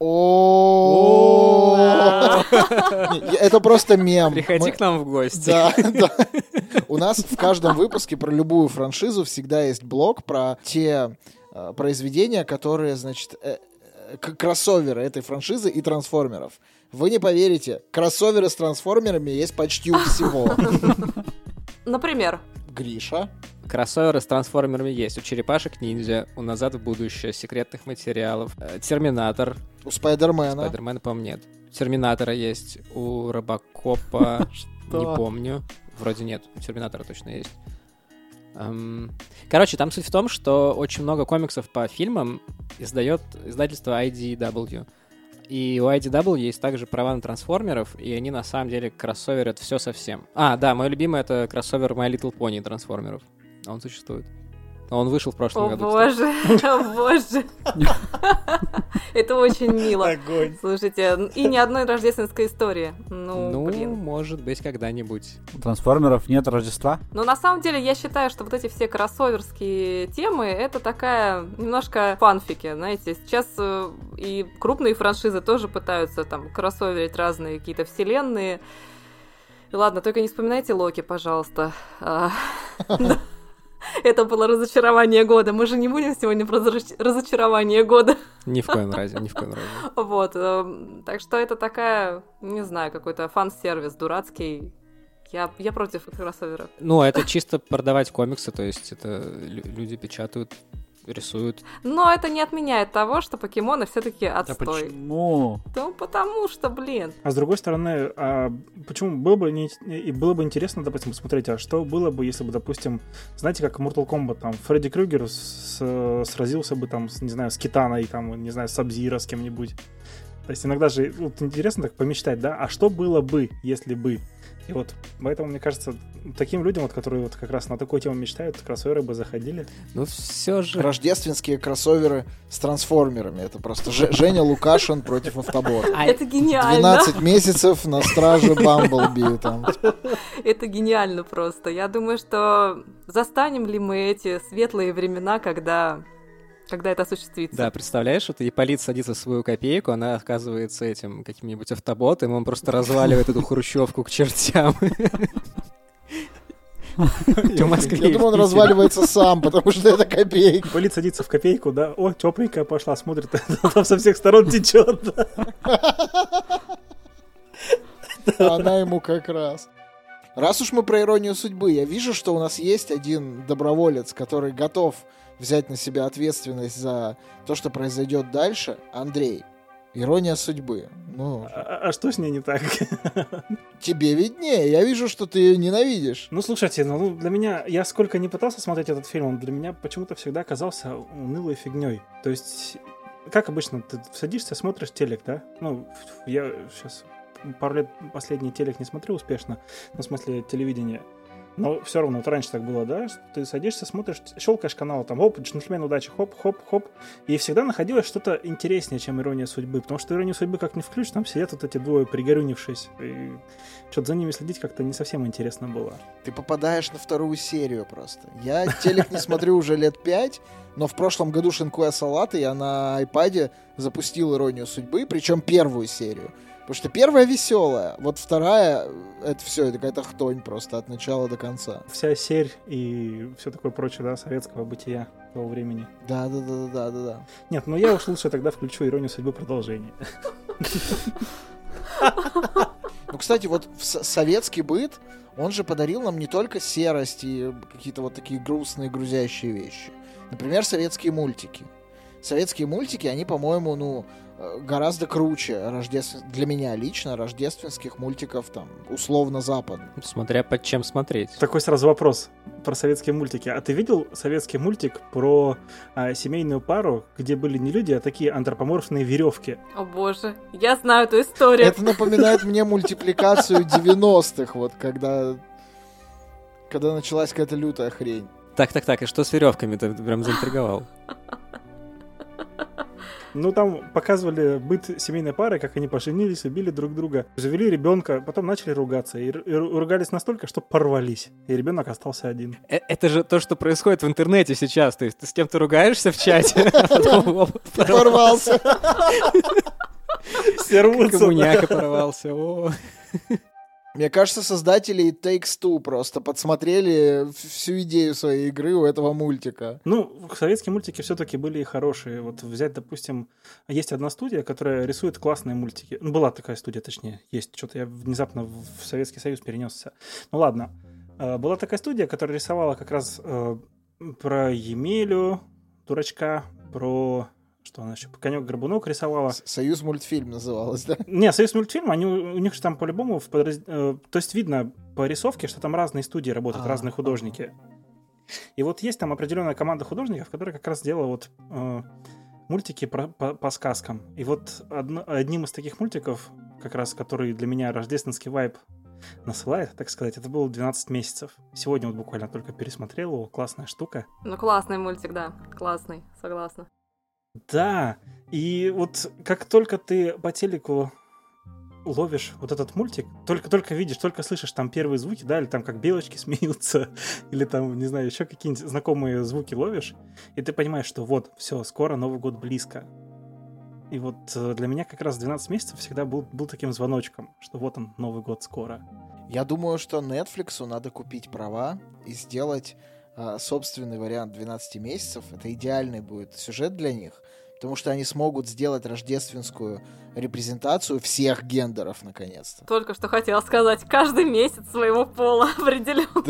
Это просто мем. Приходи к нам в гости. Да, да. У нас в каждом выпуске про любую франшизу всегда есть блог про те произведения, которые, значит, кроссоверы этой франшизы и трансформеров. Вы не поверите, кроссоверы с трансформерами есть почти у всего. Например, Гриша. Кроссоверы с трансформерами есть. У черепашек-ниндзя, у «Назад в будущее», секретных материалов, Терминатор. У Спайдермена. Спайдермена, по-моему, нет. Терминатора есть. У Робокопа не помню. Вроде нет. У Терминатора точно есть. Короче, там суть в том, что очень много комиксов по фильмам издает издательство IDW. И у IDW есть также права на трансформеров, и они на самом деле кроссоверят все совсем. Да, мой любимый — это кроссовер My Little Pony трансформеров. Он существует. Он вышел в прошлом о году. Кстати. боже, о боже. Это очень мило. Огонь. Слушайте, и ни одной рождественской истории. Ну, Блин. может быть, когда-нибудь. У трансформеров нет Рождества? Но на самом деле я считаю, что вот эти все кроссоверские темы — это такая немножко фанфики, знаете. Сейчас и крупные франшизы тоже пытаются там кроссоверить разные какие-то вселенные. Ладно, только не вспоминайте Локи, пожалуйста. Это было разочарование года. Мы же не будем сегодня про разочарование года. Ни в коем разе, ни в коем разе. Вот. Так что это такая, не знаю, какой-то фан-сервис дурацкий. Я против кроссовера. Ну, это чисто продавать комиксы, то есть это люди печатают, рисуют. Но это не отменяет того, что покемоны все-таки Да отстой. почему? Ну, потому что, блин. А с другой стороны, почему было бы интересно, допустим, посмотреть, а что было бы, если бы, допустим, знаете, как Mortal Kombat, там, Фредди Крюгер сразился бы, там, не знаю, с Китаной, там, не знаю, с Саб-Зиро, с кем-нибудь. То есть иногда же вот, интересно так помечтать, да, а что было бы, если бы? И вот поэтому, мне кажется, таким людям, вот, которые вот как раз на такую тему мечтают, кроссоверы бы заходили. Ну, все же. Рождественские кроссоверы с трансформерами. Это просто Женя Лукашин против Автобота. Это гениально. 12 месяцев на страже Бамблби. Там. Это гениально просто. Я думаю, что застанем ли мы эти светлые времена, когда это осуществится. Да, представляешь, вот Ипполит садится в свою копейку, она оказывается этим каким-нибудь автоботом, он просто разваливает эту хрущевку к чертям. Я думаю, он разваливается сам, потому что это копейка. Полит садится в копейку, да, о, тепленькая пошла, смотрит, там со всех сторон течет. Она ему как раз. Раз уж мы про иронию судьбы, я вижу, что у нас есть один доброволец, который готов взять на себя ответственность за то, что произойдет дальше. Андрей, ирония судьбы. Ну, А что с ней не так? тебе виднее. Я вижу, что ты ее ненавидишь. Ну, слушайте, для меня, я сколько не пытался смотреть этот фильм, он для меня почему-то всегда казался унылой фигней. То есть, как обычно, ты садишься, смотришь телек, да? Ну, я сейчас пару лет последний телек не смотрю успешно, ну, в смысле, телевидение. Но все равно, вот раньше так было, да? Ты садишься, смотришь, щелкаешь канал, там, оп, джентльмен удачи, хоп, хоп, хоп. И всегда находилось что-то интереснее, чем ирония судьбы. Потому что иронию судьбы как не включишь, там сидят вот эти двое, пригорюнившись. И что-то за ними следить как-то не совсем интересно было. Ты попадаешь на вторую серию просто. Я телек не смотрю уже лет 5, но в прошлом году, шинкуя салаты, я на айпаде запустил иронию судьбы, причем первую серию. Потому что первая веселая, вот вторая, это все, это какая-то хтонь просто от начала до конца. Вся серь и все такое прочее, да, советского бытия того времени. Да. Нет, ну я уж лучше тогда включу иронию судьбы продолжение. Ну, кстати, вот советский быт, он же подарил нам не только серость и какие-то вот такие грустные, грузящие вещи. Например, советские мультики. советские мультики, они, по-моему, гораздо круче для меня лично рождественских мультиков, там, условно-западных. Смотря под чем смотреть. Такой сразу вопрос про советские мультики. А ты видел советский мультик про семейную пару, где были не люди, а такие антропоморфные веревки? О боже, я знаю эту историю. Это напоминает мне мультипликацию 90-х, вот когда началась какая-то лютая хрень. Так, и что с веревками? Ты прям заинтриговал. Ну, там показывали быт семейной пары, как они поженились, любили друг друга, завели ребенка, потом начали ругаться. И ругались настолько, что порвались. И ребенок остался один. Это же то, что происходит в интернете сейчас. То есть ты с кем-то ругаешься в чате, а потом Порвался. Все рвутся. коммуняка порвался. О. Мне кажется, создатели Takes-Two просто подсмотрели всю идею своей игры у этого мультика. Ну, советские мультики все-таки были и хорошие. Вот взять, допустим, есть одна студия, которая рисует классные мультики. Ну, была такая студия, точнее, есть. Что-то я внезапно в Советский Союз перенесся. Ну, ладно. Была такая студия, которая рисовала как раз про Емелю, дурачка, про... Что она еще? Конек-горбунок рисовала. Союз мультфильм называлась, да? Не, Союз мультфильм, у них же там по-любому... То есть видно по рисовке, что там разные студии работают, разные художники. И вот есть там определенная команда художников, которая как раз делала вот мультики по сказкам. И вот одним из таких мультиков, как раз который для меня рождественский вайб насылает, так сказать, это было 12 месяцев. Сегодня вот буквально только пересмотрел его. Классная штука. Ну, классный мультик, да. Классный, согласна. Да, и вот как только ты по телеку ловишь вот этот мультик, только видишь, только слышишь там первые звуки, да, или там как белочки смеются, или там, не знаю, еще какие-нибудь знакомые звуки ловишь, и ты понимаешь, что вот, все, скоро Новый год близко. И вот для меня как раз 12 месяцев всегда был таким звоночком, что вот он, Новый год скоро. Я думаю, что Netflix'у надо купить права и сделать собственный вариант 12 месяцев. Это идеальный будет сюжет для них, потому что они смогут сделать рождественскую репрезентацию всех гендеров, наконец-то. Только что хотела сказать, каждый месяц своего пола определенно.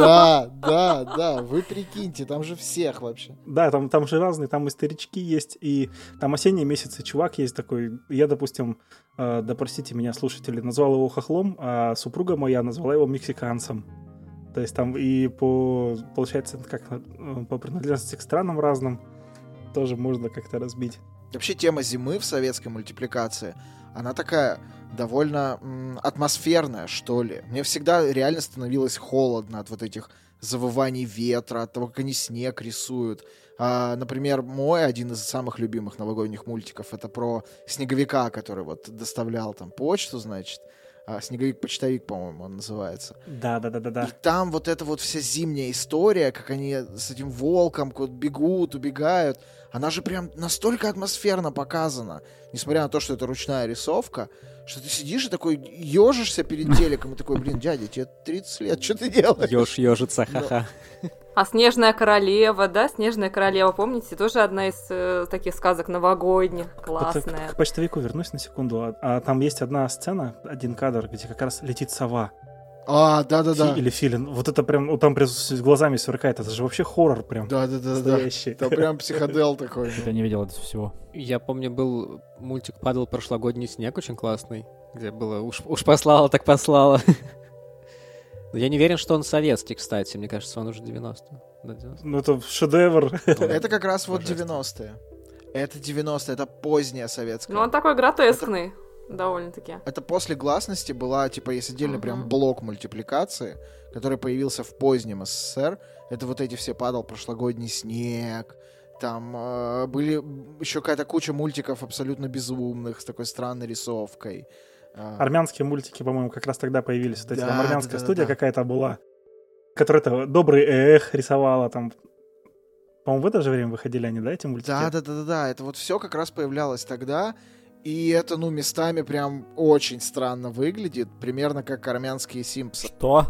Да, вы прикиньте, там же всех вообще. Да, там же разные, там и старички есть, и там осенние месяцы чувак есть такой. Я, допустим, да простите меня, слушатели, назвал его хохлом, а супруга моя назвала его мексиканцем. То есть там и получается, как по принадлежности к странам разным тоже можно как-то разбить. Вообще тема зимы в советской мультипликации, она такая довольно атмосферная, что ли. Мне всегда реально становилось холодно от вот этих завываний ветра, от того, как они снег рисуют. Например, мой один из самых любимых новогодних мультиков — это про снеговика, который вот доставлял там почту, значит. «Снеговик-почтовик», по-моему, он называется. Да. И там вот эта вот вся зимняя история, как они с этим волком куда-то бегут, убегают, она же прям настолько атмосферно показана, несмотря на то, что это ручная рисовка, что ты сидишь и такой ежишься перед телеком и такой, блин, дядя, тебе 30 лет, что ты делаешь? Ёжится, ха-ха. А «Снежная королева», да? «Снежная королева», помните? Тоже одна из таких сказок новогодних. Классная. К почтовику вернусь на секунду. А там есть одна сцена, один кадр, где как раз летит сова. Да. Или филин. Вот это прям, вот там прям глазами сверкает. Это же вообще хоррор прям. Да. Настоящий. Там прям психодел такой. Я не видел этого всего. Я помню, был мультик «Падал прошлогодний снег», очень классный, где было «Уж послала, так послала». Но я не уверен, что он советский, кстати. Мне кажется, он уже 90-е. Ну, это шедевр. Это как раз вот 90-е. Это 90-е, это поздняя советская. Ну, он такой гротескный, довольно-таки. Это после «Гласности» была, типа, есть отдельный прям блок мультипликации, который появился в позднем СССР. Это вот эти все «Падал прошлогодний снег». Там были еще какая-то куча мультиков абсолютно безумных, с такой странной рисовкой. Армянские мультики, по-моему, как раз тогда появились. Вот эти, Да, там армянская студия да. какая-то была, которая «Добрый эх» рисовала там. По-моему, в это же время выходили они, да, эти мультики? Да. Это вот все как раз появлялось тогда. И это, местами прям очень странно выглядит. Примерно как армянские «Симпсоны». Что?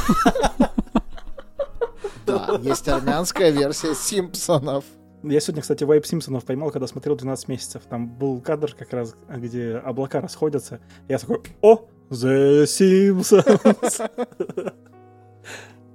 Да, есть армянская версия «Симпсонов». Я сегодня, кстати, вайб «Симпсонов» поймал, когда смотрел 12 месяцев. Там был кадр как раз, где облака расходятся. Я такой, The Simpsons!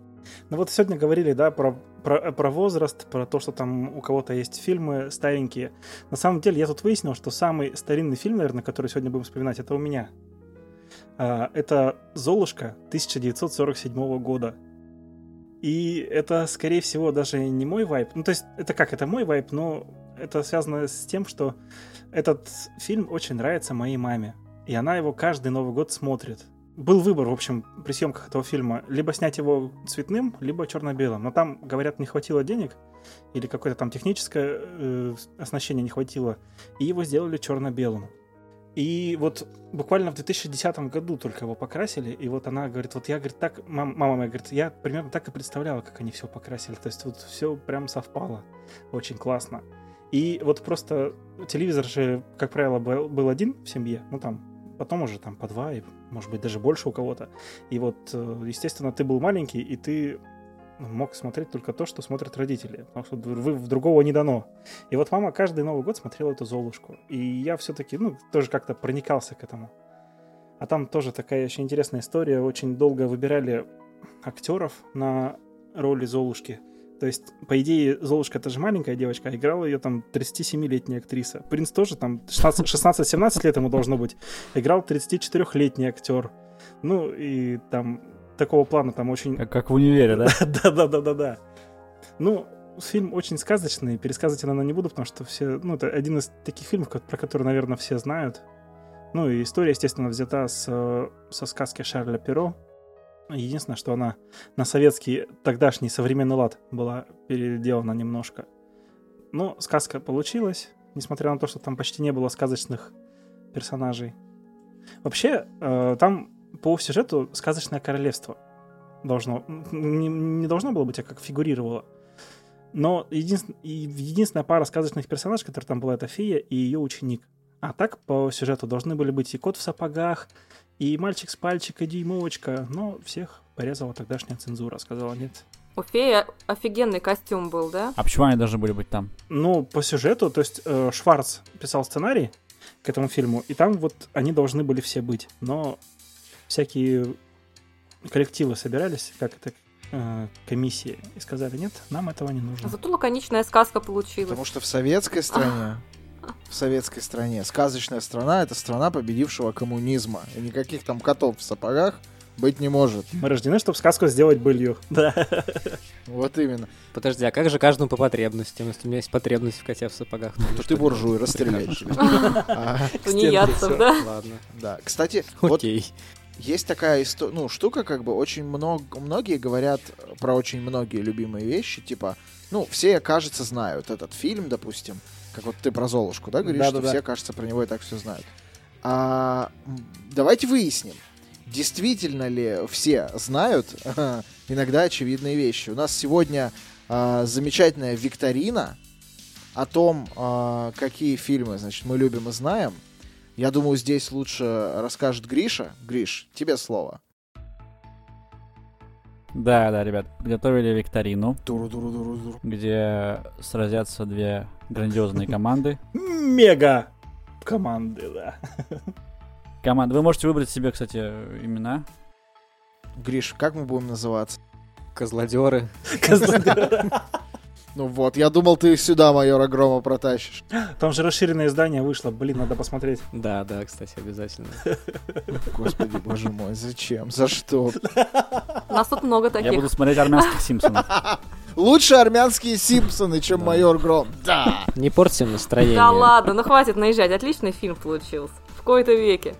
Ну вот сегодня говорили, да, про возраст, про то, что там у кого-то есть фильмы старенькие. На самом деле я тут выяснил, что самый старинный фильм, наверное, который сегодня будем вспоминать, это у меня. Это «Золушка» 1947 года. И это, скорее всего, даже не мой вайб. Ну, то есть, это как? Это мой вайб, но это связано с тем, что этот фильм очень нравится моей маме. И она его каждый Новый год смотрит. Был выбор, в общем, при съемках этого фильма. Либо снять его цветным, либо черно-белым. Но там, говорят, не хватило денег. Или какое-то там техническое оснащение не хватило. И его сделали черно-белым. И вот буквально в 2010 году только его покрасили, и вот она говорит, вот я, говорит, так, мама моя говорит, я примерно так и представляла, как они все покрасили, то есть вот все прям совпало, очень классно. И вот просто телевизор же, как правило, был один в семье, ну там, потом уже там по два, и, может быть, даже больше у кого-то. И вот, естественно, ты был маленький, и ты мог смотреть только то, что смотрят родители, потому что в другого не дано. И вот мама каждый Новый год смотрела эту «Золушку». И я все-таки, тоже как-то проникался к этому. А там тоже такая очень интересная история. Очень долго выбирали актеров на роли Золушки. То есть, по идее, Золушка — это же маленькая девочка, а играла ее там 37-летняя актриса. Принц тоже там 16-17 лет ему должно быть. Играл 34-летний актер. Ну, и там такого плана там очень... Как в универе, да? Да. Ну, фильм очень сказочный, пересказывать я, наверное, не буду, потому что все... Ну, это один из таких фильмов, про который, наверное, все знают. Ну, и история, естественно, взята со сказки Шарля Перро. Единственное, что она на советский тогдашний современный лад была переделана немножко. Но сказка получилась, несмотря на то, что там почти не было сказочных персонажей. Вообще, там по сюжету сказочное королевство не должно было быть, а как фигурировало. Но единственная пара сказочных персонажей, которая там была, это фея и ее ученик. А так по сюжету должны были быть и кот в сапогах, и мальчик с пальчика, и дюймовочка. Но всех порезала тогдашняя цензура, сказала нет. У феи офигенный костюм был, да? А почему они должны были быть там? Ну, по сюжету, то есть Шварц писал сценарий к этому фильму, и там вот они должны были все быть. Но всякие коллективы собирались, как это, комиссии, и сказали, нет, нам этого не нужно. Зато лаконичная сказка получилась. Потому что в советской стране сказочная страна — это страна победившего коммунизма. И никаких там котов в сапогах быть не может. Мы рождены, чтобы сказку сделать былью. Да. Вот именно. Подожди, а как же каждому по потребностям? Если у меня есть потребность в коте в сапогах, То ты буржуй, расстрелять тебя. Тунеядцев, да? Ладно. Да, кстати, вот Окей. есть такая штука, как бы очень многие говорят про очень многие любимые вещи, типа, все, кажется, знают этот фильм, допустим, как вот ты про Золушку, да, говоришь, что все, кажется, про него и так все знают. Давайте выясним, действительно ли все знают иногда очевидные вещи. У нас сегодня замечательная викторина о том, какие фильмы, значит, мы любим и знаем. Я думаю, здесь лучше расскажет Гриша. Гриш, тебе слово. Да, ребят, подготовили викторину, Туру-туру-туру-туру. где сразятся две грандиозные команды. Мега команды, да. Команды. Вы можете выбрать себе, кстати, имена. Гриш, как мы будем называться? Козлодеры. Ну вот, я думал, ты сюда майора Грома протащишь. Там же расширенное издание вышло. Блин, надо посмотреть. Да, кстати, обязательно. Господи, боже мой, зачем? За что? У нас тут много Я таких. буду смотреть армянских Симпсонов. Лучше армянские Симпсоны, чем майор Гром. Да! Не портите настроение. Да ладно, ну хватит наезжать. Отличный фильм получился. В кои-то веке.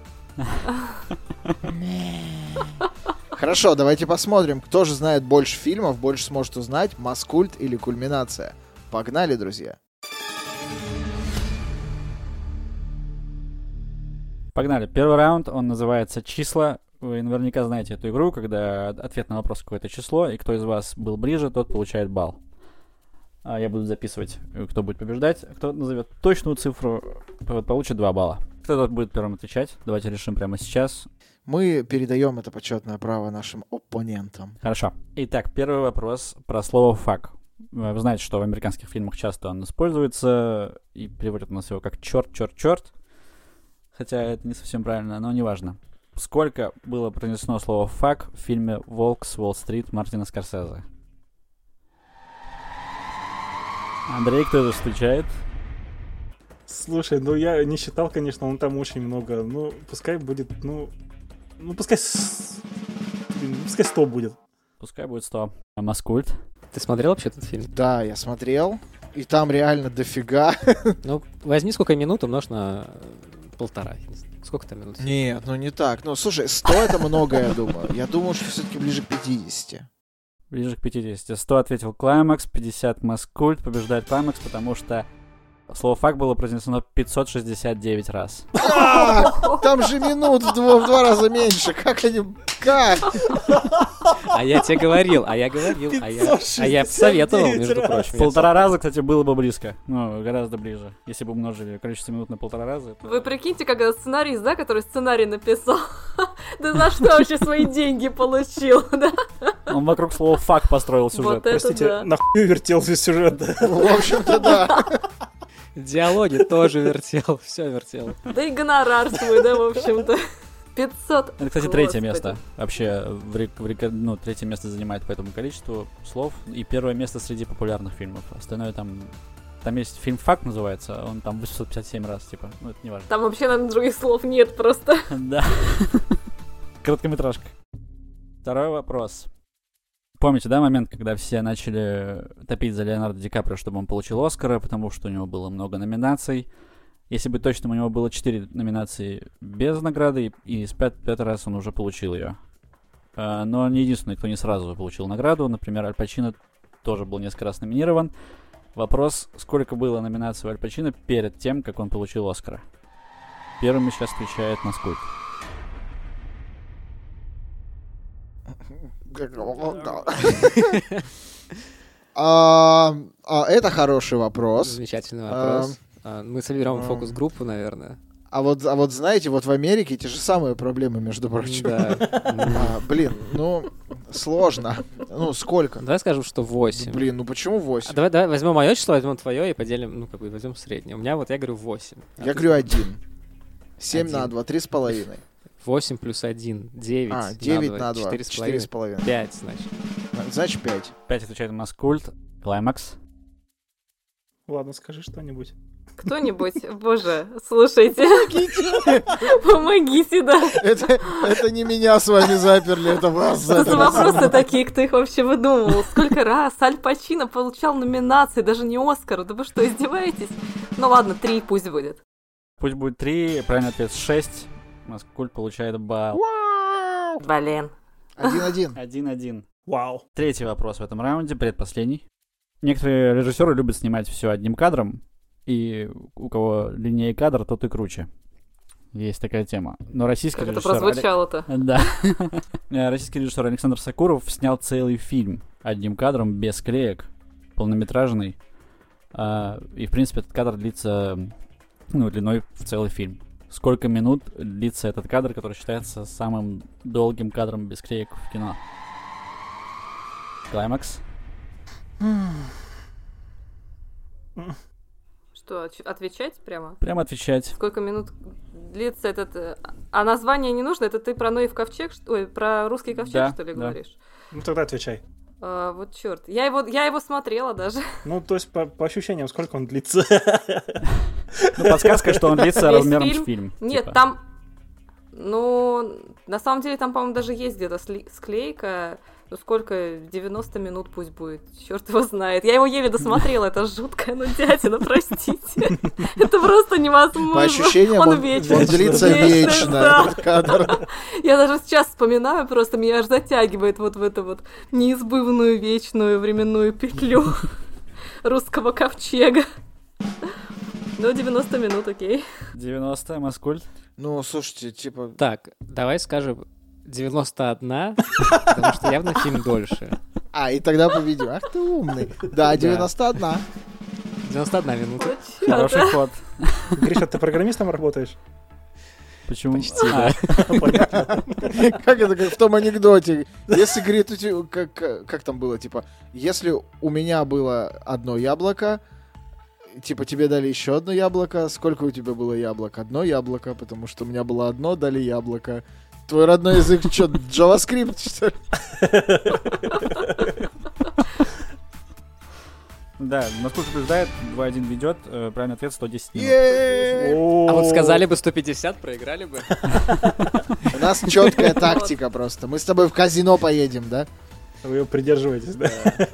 Хорошо, давайте посмотрим, кто же знает больше фильмов, больше сможет узнать, Маскульт или Кульминация. Погнали, друзья. Погнали. Первый раунд, он называется «Числа». Вы наверняка знаете эту игру, когда ответ на вопрос какое-то число, и кто из вас был ближе, тот получает балл. Я буду записывать, кто будет побеждать. Кто назовет точную цифру, получит 2 балла. Кто будет первым отвечать? Давайте решим прямо сейчас. Мы передаем это почетное право нашим оппонентам. Хорошо. Итак, первый вопрос про слово «фак». Вы знаете, что в американских фильмах часто он используется, и переводят у нас его как «черт». Хотя это не совсем правильно, но неважно. Сколько было произнесено слово «фак» в фильме «Волк с Уолл-стрит» Мартина Скорсезе? Андрей, кто это встречает? Слушай, ну я не считал, конечно, он там очень много. Ну, пускай будет, пускай 100 будет. Пускай будет 100. Маскульт. Ты смотрел вообще этот фильм? Да, я смотрел. И там реально дофига. Ну, возьми сколько минут, умножь на 1,5. Сколько там минут? Нет, ну не так. Ну, слушай, 100 это много, я думаю. Я думаю, что все-таки ближе к 50. Ближе к 50. 100 ответил Клаймакс, 50 Маскульт. Побеждает Клаймакс, потому что слово «факт» было произнесено 569 раз. Там же минут в 2 раза меньше. Как они... Как? А я тебе говорил, а я советовал, между прочим. 1,5 раза, кстати, было бы близко. Ну, гораздо ближе. Если бы умножили количество минут на 1,5 раза. Вы прикиньте, когда сценарист, да, который сценарий написал, да за что вообще свои деньги получил, да? Он вокруг слова «факт» построил сюжет. Вот это Простите, да. нахуй вертел весь сюжет, да? В общем-то, да. Диалоги тоже вертел, все вертел. Да и гонорар свой, да, в общем-то. 500. Это, кстати, Господи. третье место. Вообще, третье место занимает по этому количеству слов. И первое место среди популярных фильмов. Остальное там... Там есть фильм «Факт» называется, он там 857 раз, типа. Ну, это не важно. Там вообще, наверное, других слов нет просто. Да. Короткометражка. Второй вопрос. Помните, да, момент, когда все начали топить за Леонардо Ди Каприо, чтобы он получил Оскара, потому что у него было много номинаций. Если быть точным, у него было 4 номинации без награды, и с пятый раз он уже получил ее. Но он не единственный, кто не сразу получил награду. Например, Аль Пачино тоже был несколько раз номинирован. Вопрос, сколько было номинаций у Аль Пачино перед тем, как он получил Оскара. Первым сейчас отвечает Маскульт. Это хороший вопрос. Замечательный вопрос. Мы соберем фокус-группу, наверное. А вот знаете, вот в Америке те же самые проблемы, между прочим. Да. Блин, ну, сложно. Ну, сколько? Давай скажем, что 8. Блин, ну почему 8? Давай возьмем мое число, возьмем твое и поделим, возьмем среднее. У меня вот, я говорю 8. Я говорю 1. 7 1. на 2, 3,5. 8 плюс 1, 9. 9 на 2, 4,5. 4,5. 5, значит. Значит, 5. 5 отвечает Маскульт. Клаймакс. Ладно, скажи что-нибудь. Кто-нибудь, боже, слушайте. Помогите, да. Это не меня с вами заперли, это вас Что за заперли. вопросы такие, кто их вообще выдумывал? Сколько раз Аль Пачино получал номинации, даже не Оскар? Да вы что, издеваетесь? Ну ладно, 3 пусть будет. Пусть будет 3, правильный ответ 6. Маскульт получает балл. Блин. 1-1. 1-1. Вау. Третий вопрос в этом раунде, предпоследний. Некоторые режиссеры любят снимать все одним кадром, и у кого длиннее кадр, тот и круче. Есть такая тема. Но российский Как это режиссер... прозвучало-то? Да. Российский режиссер Александр Сакуров снял целый фильм одним кадром, без клеек, полнометражный. И, в принципе, этот кадр длится, длиной в целый фильм. Сколько минут длится этот кадр, который считается самым долгим кадром без клеек в кино? Клаймакс. Что, отвечать прямо? Прямо отвечать. Сколько минут длится этот... А название не нужно? Это ты про Ноев ковчег? Ой, про русский ковчег, Да, что ли, да. говоришь? Ну тогда отвечай. Вот черт. Я его смотрела даже. Ну, то есть, по ощущениям, сколько он длится? Подсказка, что он длится Весь размером фильм? с фильм. Нет, типа. там... Ну, на самом деле, там, по-моему, даже есть где-то склейка. Ну, сколько? 90 минут пусть будет. Черт его знает. Я его еле досмотрела. Это жуткая нудятина, простите. Это просто невозможно. По ощущениям, он вечный. длится Вечный, вечно, да. этот кадр. Я даже сейчас вспоминаю, просто меня аж затягивает вот в эту вот неизбывную вечную временную петлю русского ковчега. Ну, 90 минут, окей. 90, Маскульт. Ну, слушайте, типа... Так, давай скажем 91, потому что явно фильм дольше. И тогда победим. Ах ты умный. Да, 91. 91 минута. Вот чё-то. Хороший ход. Гриша, ты программистом работаешь? Почему? Почти, да. Как это, как в том анекдоте. Если, говорит, как там было, типа, если у меня было одно яблоко, типа, тебе дали еще одно яблоко, сколько у тебя было яблок? Одно яблоко, потому что у меня было одно, дали яблоко. Твой родной язык что, JavaScript, что ли? Да, Москва побеждает, 2-1 ведет, правильный ответ 110 минут. А вот сказали бы 150, проиграли бы. У нас четкая тактика просто. Мы с тобой в казино поедем, да? Вы придерживаетесь, да?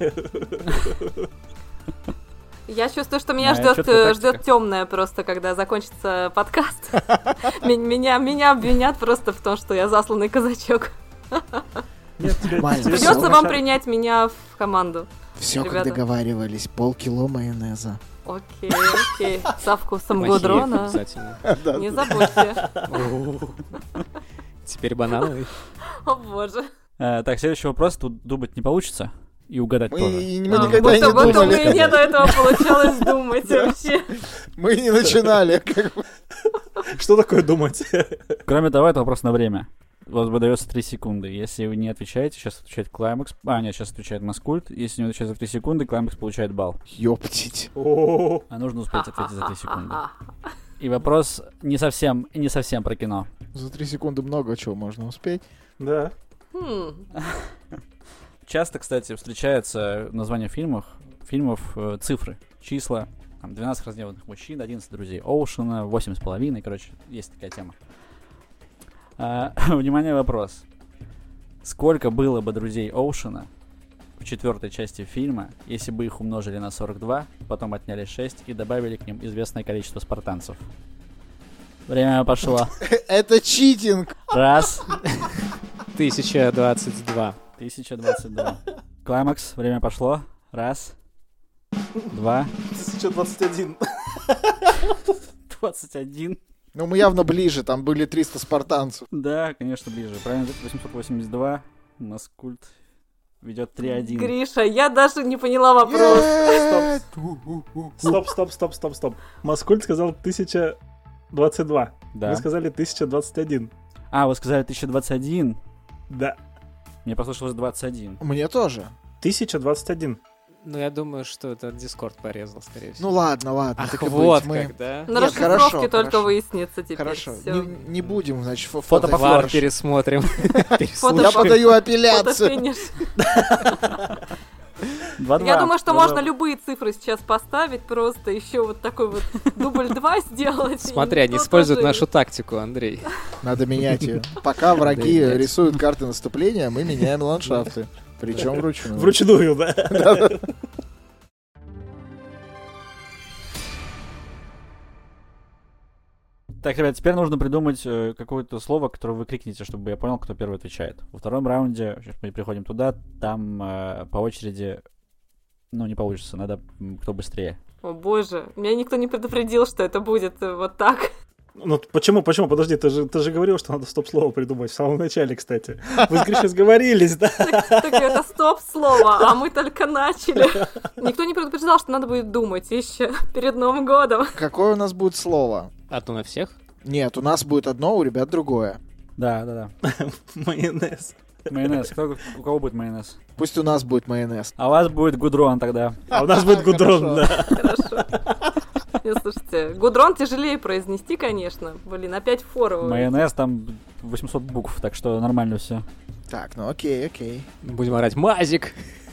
Я чувствую, что меня Четкая тактика. ждет темное просто, когда закончится подкаст. Меня обвинят просто в том, что я засланный казачок. Нет, Нормально. Придется вам принять меня в команду. Все, как Ребята. договаривались. Полкило майонеза. Окей. Со вкусом Махеев гудрона. обязательно. Не забудьте. Теперь банановый. О боже. Так, следующий вопрос. Тут думать не получится. И угадать Мы тоже. никогда не Будто думали. мне не до этого получалось думать вообще. Мы не начинали. Что такое думать? Кроме того, это вопрос на время. У вас выдается 3 секунды. Если вы не отвечаете, сейчас отвечает Клаймакс. Нет, сейчас отвечает Маскульт. Если не отвечает за 3 секунды, Клаймакс получает балл. Ёптить. О, А нужно успеть ответить за 3 секунды. И вопрос не совсем про кино. За 3 секунды много чего можно успеть. да. Часто, кстати, встречается название фильмов цифры, числа. Там 12 разгневанных мужчин, 11 друзей Оушена, 8,5. Короче, есть такая тема. Внимание, вопрос. Сколько было бы друзей Оушена в 4-й части фильма, если бы их умножили на 42, потом отняли 6 и добавили к ним известное количество спартанцев? Время пошло. Это читинг. Раз. 1022. 1022. Клаймакс. Время пошло. Раз. Два. 1021. 21. Ну, мы явно ближе. Там были 300 спартанцев. Да, конечно, ближе. Правильно, 882. Маскульт ведет 3-1. Гриша, я даже не поняла вопрос. Стоп. Маскульт сказал 1022. Да. Вы сказали 1021. Вы сказали 1021. Да. Мне послышалось 21. Мне тоже. 1021. Ну, я думаю, что это Дискорд порезал, скорее всего. Ну ладно. Ах, так и вот быть, мы- как, да? На Нет, хорошо, расшифровке только хорошо. выяснится теперь. Хорошо. Всё. Не будем, значит, Фотоповтор фото- пересмотрим. Я Переслушаем. подаю апелляцию. Фотофиниш. 2-2. Я думаю, что 2-2. можно любые цифры сейчас поставить, просто еще вот такой вот дубль 2 сделать. и Смотри, они никто используют тоже- нашу тактику, Андрей. Надо менять ее. Пока враги Надо менять. рисуют карты наступления, мы меняем ландшафты. Причем вручную. Вручную, да. Так, ребят, теперь нужно придумать какое-то слово, которое вы крикнете, чтобы я понял, кто первый отвечает. Во втором раунде, сейчас мы приходим туда, там по очереди, не получится, надо кто быстрее. О боже, меня никто не предупредил, что это будет вот так. Ну, почему? Подожди, ты же говорил, что надо стоп-слово придумать в самом начале, кстати. Вы с Гришей сговорились, да? Так это стоп-слово, а мы только начали. Никто не предупреждал, что надо будет думать еще перед Новым годом. Какое у нас будет слово? Одно на всех? Нет, у нас будет одно, у ребят другое. Да. Майонез. Майонез. У кого будет майонез? Пусть у нас будет майонез. А у вас будет гудрон тогда. А у нас будет гудрон, да. Хорошо. Нет, слушайте, гудрон тяжелее произнести, конечно. Блин, опять фору. Майонез, там 800 букв, так что нормально все. Так, ну окей. Будем орать «Мазик».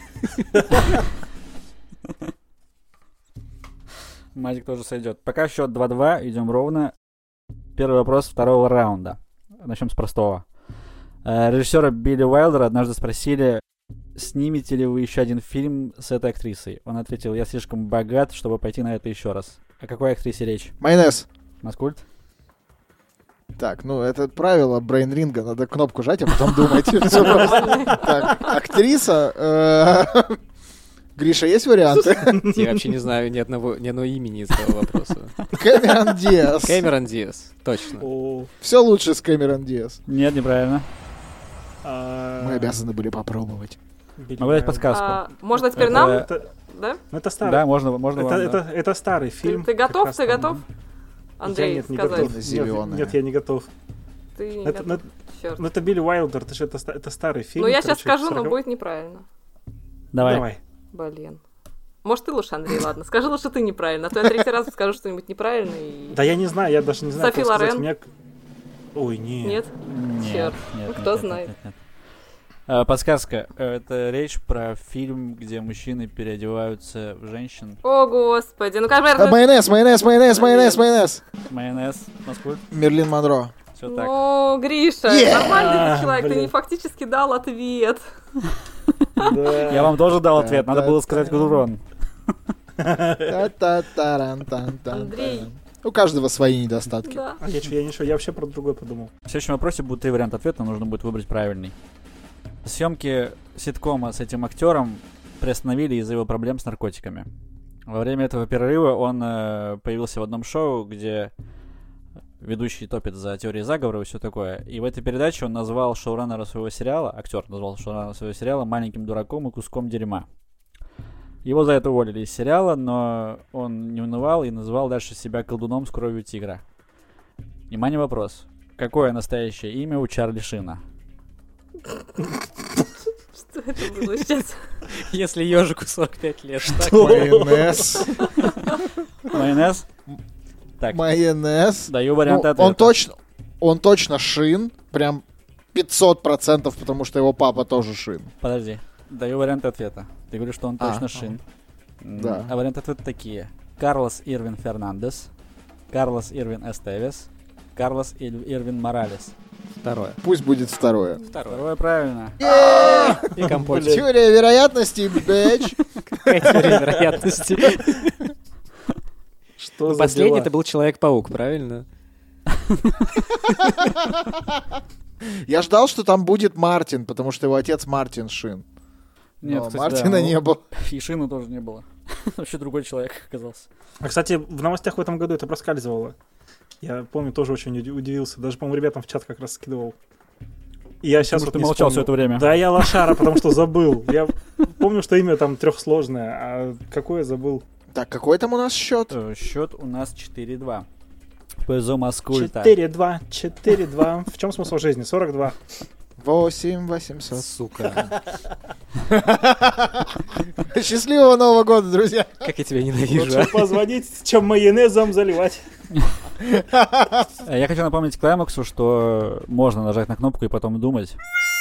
Мазик тоже сойдет. Пока счет 2-2, идем ровно. Первый вопрос второго раунда. Начнем с простого. Режиссера Билли Уайлдера однажды спросили, снимете ли вы еще один фильм с этой актрисой. Он ответил, я слишком богат, чтобы пойти на это еще раз. О какой актрисе речь? Майонез. Маскульт? Так, ну это правило брейн-ринга, надо кнопку жать, а потом думать. Всё просто. Так, актриса. Гриша, есть варианты? Я вообще не знаю ни одного имени из этого вопроса. Кэмерон Диас. Кэмерон Диас, точно. О, Все лучше с Кэмерон Диас. Нет, неправильно. Мы обязаны были попробовать. Могу дать подсказку. Можно теперь Это- нам? Это Да? старый. Да, можно вам, да. Это старый фильм. Ты готов? как раз Ты там. готов? Андрей, Я не сказать. готов. Зелёная. Нет, я не готов. Ты не Это- готов. Чёрт. Ну это Билли Уайлдер, это старый фильм. Ну я сейчас короче, скажу, но 40. будет неправильно. Давай. Блин. Может, ты лучше, Андрей, ладно. Скажи лучше ты неправильно, а то я третий раз скажу что-нибудь неправильно и... Да я не знаю, я даже не знаю, Софи как сказать. Лорен? Ой, нет. Нет? Нет, Чёрт. нет, Ну, нет, кто нет, знает. нет. Подсказка. Это речь про фильм, где мужчины переодеваются в женщин. О, господи. Ну, как Майонез. Майонез. Москвы. Мерлин Монро. Все так. Ну, Гриша, нормальный ты человек, ты не фактически дал ответ. Я вам тоже дал ответ. Надо было сказать Гудрон. Андрей. У каждого свои недостатки. Да. А я вообще про другой подумал. В следующем вопросе будет 3 варианта ответа, нужно будет выбрать правильный. Съемки ситкома с этим актером приостановили из-за его проблем с наркотиками. Во время этого перерыва он появился в одном шоу, где ведущий топит за теории заговора и все такое. И в этой передаче он назвал шоураннера своего сериала, актер назвал шоураннера своего сериала маленьким дураком и куском дерьма. Его за это уволили из сериала, но он не унывал и называл дальше себя колдуном с кровью тигра. Внимание, вопрос. Какое настоящее имя у Чарли Шина? Что это было сейчас? Если ежику 45 лет. Майонез. Майонез? Так, Майонез. даю варианты Ну, ответа. он точно Шин. Прям 500%, потому что его папа тоже Шин. Подожди. Даю варианты ответа. Ты говоришь, что он точно Шин. Да. А варианты ответа такие. Карлос Ирвин Фернандес, Карлос Ирвин Эстевес, Карлос Ирвин Моралес. Второе. Пусть будет второе. Второе правильно. И компот. Теория вероятности, бэч. Какая теория вероятности? Что за Последний дела? это был Человек-паук, правильно? Я ждал, что там будет Мартин, потому что его отец Мартин Шин. Нет, Но кстати, Мартина да, не было. И Шина тоже не было. Вообще другой человек оказался. А, кстати, в новостях в этом году это проскальзывало. Я помню, тоже очень удивился. Даже, по-моему, ребятам в чат как раз скидывал. И я сейчас Потому что ты молчал все это время. Да, я лошара, потому что забыл. Я помню, что имя там трехсложное, а какое забыл. Так, какой там у нас счет? Счет у нас 4-2. В пользу Маскульта. 4-2, 4-2. В чем смысл жизни? 42. 8800. Сука. Счастливого Нового года, друзья! Как я тебя ненавижу. Лучше позвонить, чем майонезом заливать. Я хочу напомнить Клаймаксу, что можно нажать на кнопку и потом думать.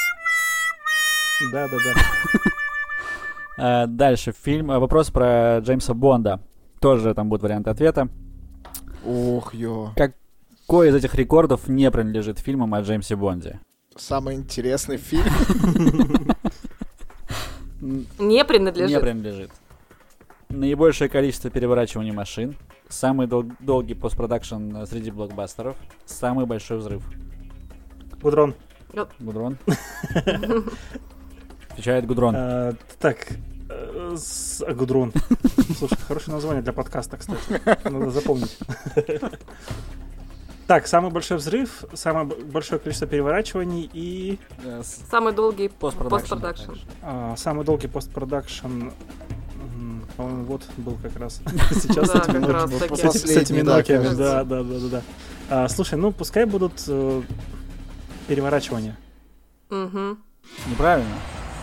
Да. Дальше фильм. Вопрос про Джеймса Бонда. Тоже там будут варианты ответа. Ох, ё. Какой из этих рекордов не принадлежит фильмам о Джеймсе Бонде? Самый интересный фильм. Не принадлежит. Не принадлежит. Наибольшее количество переворачиваний машин. Самый долгий постпродакшн среди блокбастеров. Самый большой взрыв. Гудрон. Гудрон. Отвечает Гудрон. Так. Гудрон. Слушай, хорошее название для подкаста, кстати. Надо запомнить. Так, самый большой взрыв, самое большое количество переворачиваний и... Самый долгий Постпродакшн. постпродакшн. Самый долгий постпродакшн, по-моему, вот был как раз сейчас Да, с этими как раз Nokia. таки. С этими Последний, да, Nokia. кажется. Да. Слушай, ну пускай будут переворачивания. Угу. Неправильно.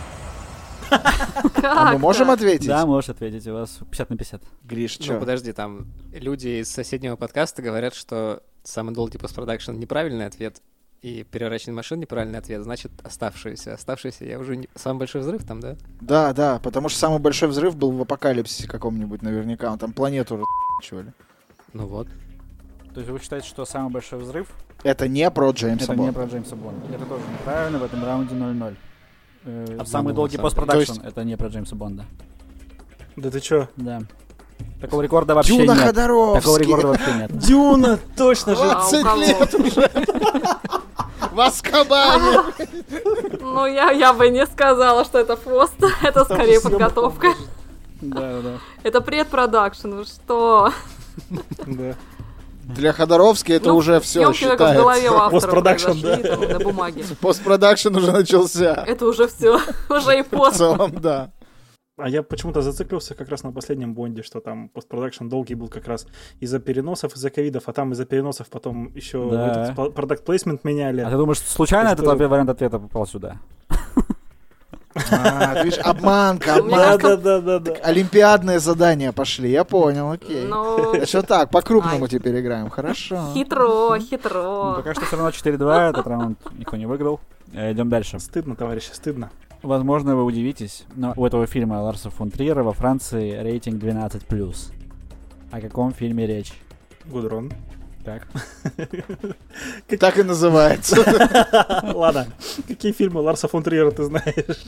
А мы можем ответить? Да, можешь ответить. У вас 50/50. Гриш, Ну, чё? подожди, там люди из соседнего подкаста говорят, что самый долгий постпродакшн неправильный ответ, и переворачивание машин неправильный ответ, значит, оставшиеся я уже... Самый большой взрыв там, да? Да, потому что самый большой взрыв был в Апокалипсисе каком-нибудь наверняка. Он там планету расчёли. Ну вот. То есть вы считаете, что самый большой взрыв Это не про Джеймса это не Бонда. про Джеймса Бонда? Это тоже неправильно, в этом раунде 0-0. Самый Обманул, долгий на самом постпродакшн деле. это не про Джеймса Бонда. Да ты чё? Да. Такого рекорда вообще Дюна нет. Ходоровский! Такого рекорда вообще нет. Дюна, точно же! 20 кого? лет уже! В Азкабане! Ну, я бы не сказала, что это просто. Это скорее подготовка. Да. Это предпродакшн, вы что? Да. Для Ходоровски это Ну, уже все съемки только в голове считается. у автора Постпродакшн, произошли, там, на бумаге. Постпродакшн уже начался. Это уже все. Уже и В пост. целом, да. А я почему-то зациклился как раз на последнем Бонде, что там постпродакшн долгий был как раз из-за переносов, из-за ковидов, а там из-за переносов потом еще Да. продакт-плейсмент меняли. А ты думаешь, случайно И этот что? вариант ответа попал сюда? Ты видишь, обманка, Мне обманка. кажется, Да. Олимпиадные задания пошли, я понял, окей. Ну, Значит, так, по-крупному Ай. теперь играем, хорошо. хитро. Пока что все равно 4-2, этот раунд никто не выиграл. Идем дальше. Стыдно, товарищи, стыдно. Возможно, вы удивитесь, но у этого фильма Ларса фон Триера во Франции рейтинг 12+. О каком фильме речь? Гудрон. Так. Так и называется. Ладно. Какие фильмы Ларса фон Триера ты знаешь?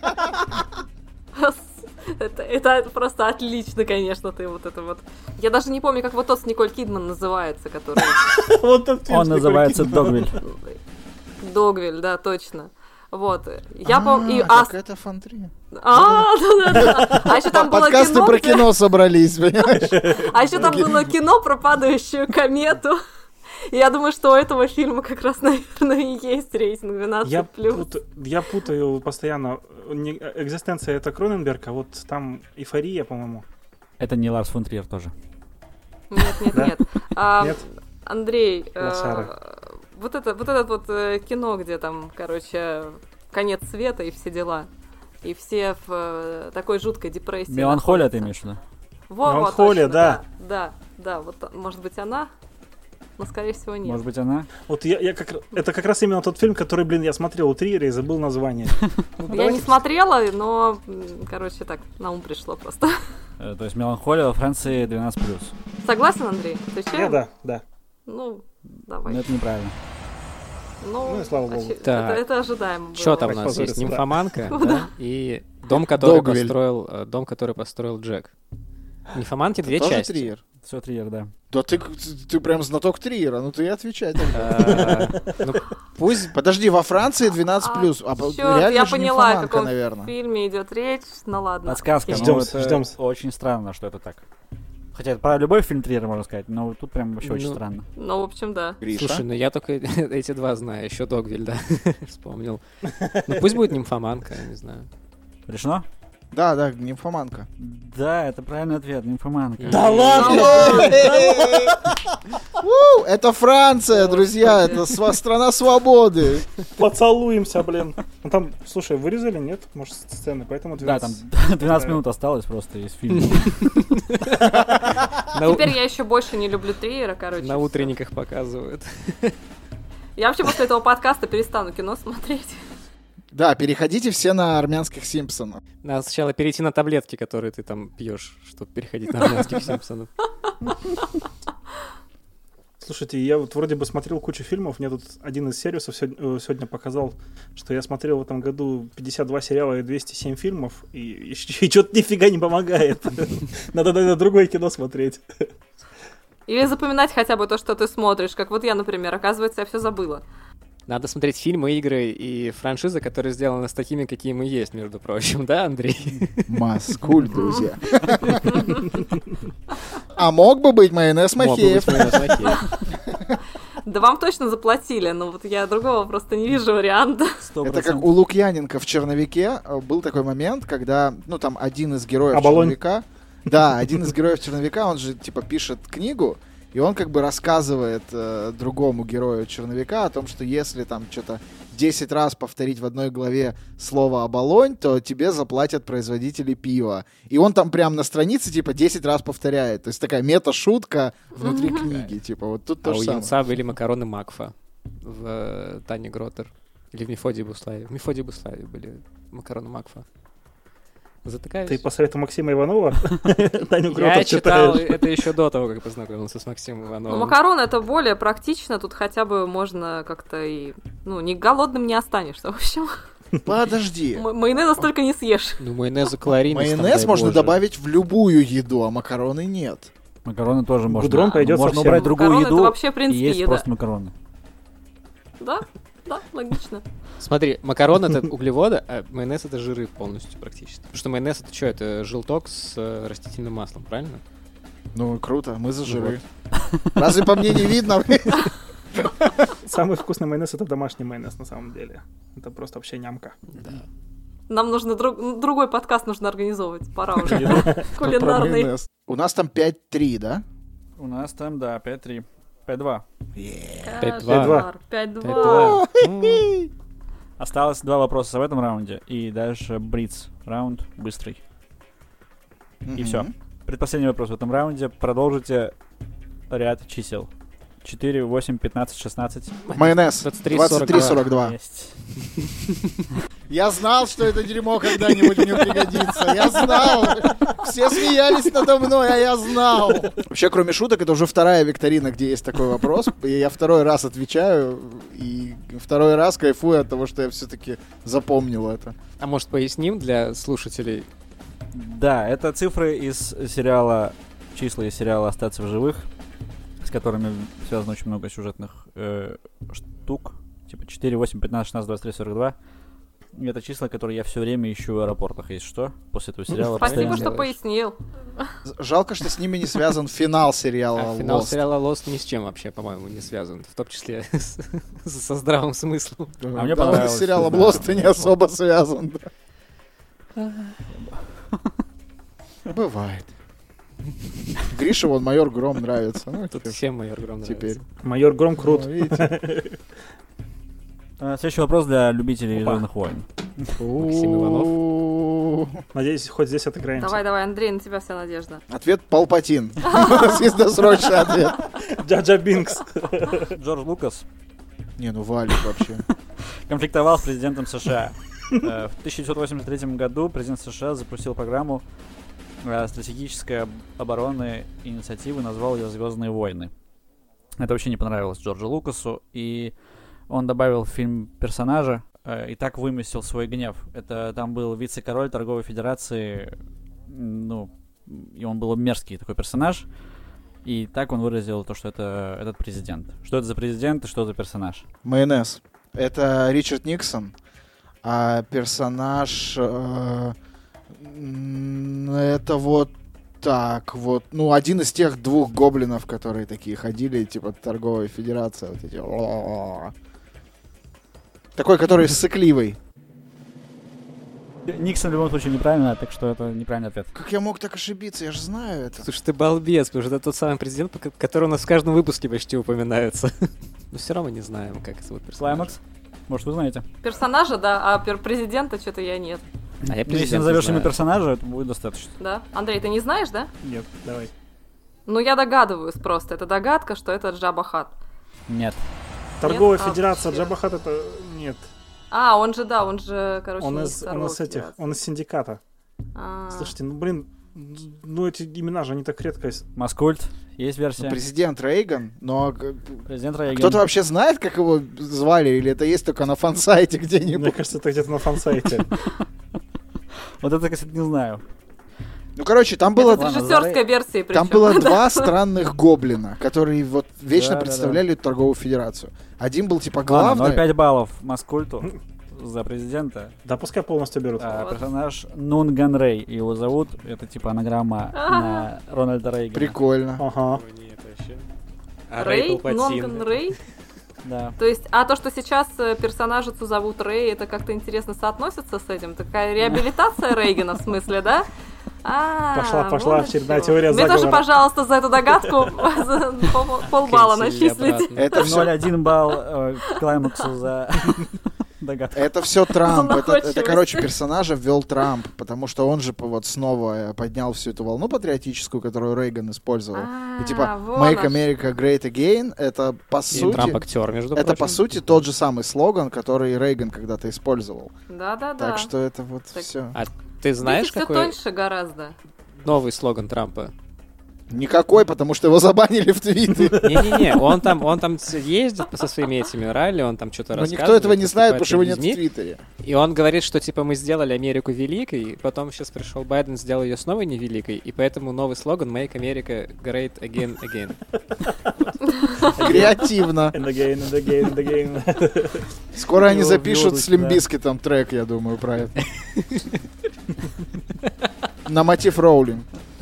Это просто отлично, конечно, ты вот это вот. Я даже не помню, как вот тот с Николь Кидман называется, который... Вот тот фильм Он с называется Николь Кидман. «Догвиль». Догвиль, да, точно. Вот. Я помню... Как это фантри? Да. А еще там было Подкасты кино... про кино собрались, понимаешь? А еще там было кино про падающую комету. И я думаю, что у этого фильма как раз, наверное, и есть рейтинг 12+. Я путаю постоянно. «Экзистенция» — это Кроненберг, а вот там «Эйфория», по-моему. Это не Ларс фон Триер тоже. Нет. Нет? Андрей, Лошара. вот это вот кино, где там, короче, конец света и все дела. И все в такой жуткой депрессии. «Меланхолия» ты находятся. имеешь в виду? «Меланхолия», точно, да. Вот, может быть, она, но, скорее всего, нет. Может быть, она? Вот это как раз именно тот фильм, который, я смотрел у Триера и забыл название. Я не смотрела, но, короче, так, на ум пришло просто. То есть «Меланхолия» во Франции 12+. Согласен, Андрей? Отвечаем? Да. Ну, давай. Но это неправильно. Ну и слава богу. Так. Это ожидаемо было. Что там у нас Позориться, есть? да. «Нимфоманка», Ну да. да? И дом, который Догвиль. построил Джек. «Нимфоманки» две Тоже части. Триер? Все Триер, да. Да ты прям знаток Триера, ну ты отвечай тогда. Ну, пусть... Подожди, во Франции 12+. Чёрт, Реально я же поняла, о «Нимфоманка», каком наверное. фильме идет речь. Ну ладно. Подсказка, но Ждём-с, это ждём-с. очень странно, что это так. Хотя это про любой фильм Триера, можно сказать, но тут прям вообще очень Ну, странно. Ну, в общем, да. Гриша? Слушай, ну я только эти два знаю. Еще «Догвиль», да, вспомнил. Ну пусть будет «Нимфоманка», я не знаю. Решено? Да, «Нимфоманка». Да, это правильный ответ, «Нимфоманка». Да ладно! Это Франция, друзья, это страна свободы. Поцелуемся, блин. Ну там, слушай, вырезали, нет? Может, сцены, поэтому Да, там 12. 12 минут осталось просто из фильма. Теперь я еще больше не люблю Триера, короче. На всё. утренниках показывают. Я вообще после этого подкаста перестану кино смотреть. Да, переходите все на армянских Симпсонов. Надо сначала перейти на таблетки, которые ты там пьешь, чтобы переходить на армянских Симпсонов. Слушайте, я вот вроде бы смотрел кучу фильмов, мне тут один из сервисов сегодня показал, что я смотрел в этом году 52 сериала и 207 фильмов, и что-то нифига не помогает. Надо другое кино смотреть. Или запоминать хотя бы то, что ты смотришь. Как вот я, например, оказывается, я все забыла. Надо смотреть фильмы, игры и франшизы, которые сделаны с такими, какие мы есть, между прочим, да, Андрей? Маскуль, друзья. А мог бы быть майонез Махеев. Мог бы быть майонез Махеев. Да вам точно заплатили, но вот я другого просто не вижу варианта. 100%. Это как у Лукьяненко в «Черновике» был такой момент, когда, ну, там один из героев Оболонь. «Черновика», да, один из героев «Черновика», он же, типа, пишет книгу, и он как бы рассказывает другому герою «Черновика» о том, что если там что-то 10 раз повторить в одной главе слово «оболонь», то тебе заплатят производители пива. И он там прям на странице, типа, 10 раз повторяет. То есть такая мета-шутка внутри книги. Типа, вот тут А то у же самое. Янца были макароны Макфа в Тане Гротер. Или в Мефодии Буславе. В Мефодии Буславе были макароны Макфа. Затыкаюсь. Ты по совету Максима Иванова Таню Я Гротов читал читаешь? это еще до того, как познакомился с Максимом Ну, Ивановым. макароны это более практично, тут хотя бы можно как-то и... Ну, не голодным не останешься, в общем. Подожди. Майонеза столько не съешь. Ну, майонеза калорийность. там, Майонез дай можно боже. добавить в любую еду, а макароны нет. Макароны тоже можно. Гудрон пойдет Можно совсем. убрать другую Макароны это еду вообще, в и принципе, есть еда. просто макароны. Да, логично. Смотри, макарон это углеводы, а майонез это жиры полностью практически. Потому что майонез это что? Это желток с растительным маслом, правильно? Ну, круто, мы за жиры. Разве по мне не видно? Самый вкусный майонез — это домашний майонез на самом деле. Это просто вообще нямка. Да. Нам нужно другой подкаст нужно организовывать. Пора уже. Про Кулинарный. майонез. У нас там 5-3, да? У нас там, да, 5-3. 5-2. 5-2. Кошмар. 5-2. 5-2. Осталось 2 вопроса в этом раунде, и дальше Блиц раунд быстрый. И все. Предпоследний вопрос в этом раунде. Продолжите ряд чисел. 4, 8, 15, 16. Майонез. 23-42. Есть. Я знал, что это дерьмо когда-нибудь мне пригодится. Я знал. Все смеялись надо мной, а я знал. Вообще, кроме шуток, это уже вторая викторина, где есть такой вопрос. И я второй раз отвечаю, и второй раз кайфую от того, что я все-таки запомнил это. А может, поясним для слушателей? Да, это цифры из сериала, числа из сериала «Остаться в живых», с которыми связано очень много сюжетных штук. Типа 4, 8, 15, 16, 23, 42. И это числа, которые я все время ищу в аэропортах, если что, после этого сериала. Спасибо, что пояснил. Жалко, что с ними не связан финал сериала Финал Lost. сериала Lost ни с чем вообще, по-моему, не связан. В том числе со здравым смыслом. А мне Да, он понравилось. с сериалом Lost не особо связан. Бывает. Грише вон майор Гром нравится. Ну, Тут чё ж всем майор Гром теперь. Майор Гром крут. Ну, видите. Следующий вопрос для любителей Опа. «Звездных войн». Максим У-у-у. Надеюсь, хоть здесь отыграемся. Давай, Андрей, на тебя вся надежда. Ответ Палпатин. Звездосрочный ответ. Джаджа Бинкс. Джордж Лукас Не, ну валик вообще. конфликтовал с президентом США. В 1983 году президент США запустил программу стратегической обороны инициативы, назвал ее «Звездные войны». Это вообще не понравилось Джорджу Лукасу, и он добавил в фильм персонажа и так выместил свой гнев. Это там был вице-король торговой федерации, ну, и он был мерзкий такой персонаж, и так он выразил то, что это этот президент. Что это за президент и что за персонаж? Майонез. Это Ричард Никсон, а персонаж это вот так вот. Ну, один из тех 2 гоблинов, которые такие ходили, типа торговая федерация. Вот эти. Такой, который ссыкливый. Никсон в любом случае неправильно, так что это неправильный ответ. Как я мог так ошибиться? Я же знаю это. Слушай, ты балбес, потому что это тот самый президент, который у нас в каждом выпуске почти упоминается. Но все равно не знаем, как зовут персонаж. Клаймакс? Может, вы знаете? Персонажа, да, а президента что-то я нет. А я Ну, если президента назовешь имя знаю. персонажа, это будет достаточно. Да? Андрей, ты не знаешь, да? Нет, давай. Ну, я догадываюсь просто. Это догадка, что это Джабба Хат. Нет. Торговая Нет? А, федерация вообще. Джабба Хат это... Нет. А, он же, короче, Он не из торговой этих... федерации. Он из синдиката. А. Слушайте, ну блин, ну эти имена же они так редко... Маскульт. Есть версия. Ну, президент Рейган, но Президент Рейган. кто-то вообще знает, как его звали, или это есть только на фан-сайте Мне где-нибудь? кажется, это где-то на фан-сайте. Вот это, кстати, не знаю. Ну, короче, там было... Это в режиссерской версии причем. Там было 2 странных гоблина, которые вот вечно Да, представляли торговую федерацию. Один был типа Ладно, главный. 0,5 баллов Маскульту за президента. Да пускай полностью берут. А Вот. персонаж Нунган Рэй его зовут. Это типа анаграмма на Рональда Рейгана. Прикольно. Ага. Нет, вообще. А Рэй? Палпатин? Нонган Рэй? Да. То есть, а то, что сейчас персонажицу зовут Рэй, это как-то интересно соотносится с этим? Такая реабилитация Рейгана, в смысле, да? Пошла вот очередная что. теория Мне тоже, заговора. пожалуйста, за эту догадку полбалла Кэнсели начислить. обратно. Это все, 0,1 балл Клаймаксу за догадку. это все Трамп. Это, Находчивость. короче, персонажа ввел Трамп, потому что он же вот снова поднял всю эту волну патриотическую, которую Рейган использовал. И типа Вот Make оно America Great Again, это по И Трамп сути... актер, между Это, по прочим. сути, тот же самый слоган, который Рейган когда-то использовал. Да-да-да. Так что это вот Так. все. А ты знаешь, все какой тоньше гораздо. новый слоган Трампа? Никакой, потому что его забанили в Твиттере. Не-не-не, он там ездит со своими этими ралли, он там что-то Но рассказывает. никто этого не знает, потому выступает что его перед нет в людьми. Твиттере. И он говорит, что типа мы сделали Америку великой, и потом сейчас пришел Байден, сделал ее снова не великой, и поэтому новый слоган Make America Great Again Again. Креативно. And again, and again, and again. Скоро они Его запишут введут, с Лимбискетом трек, я думаю, про это. На мотив Роулинг.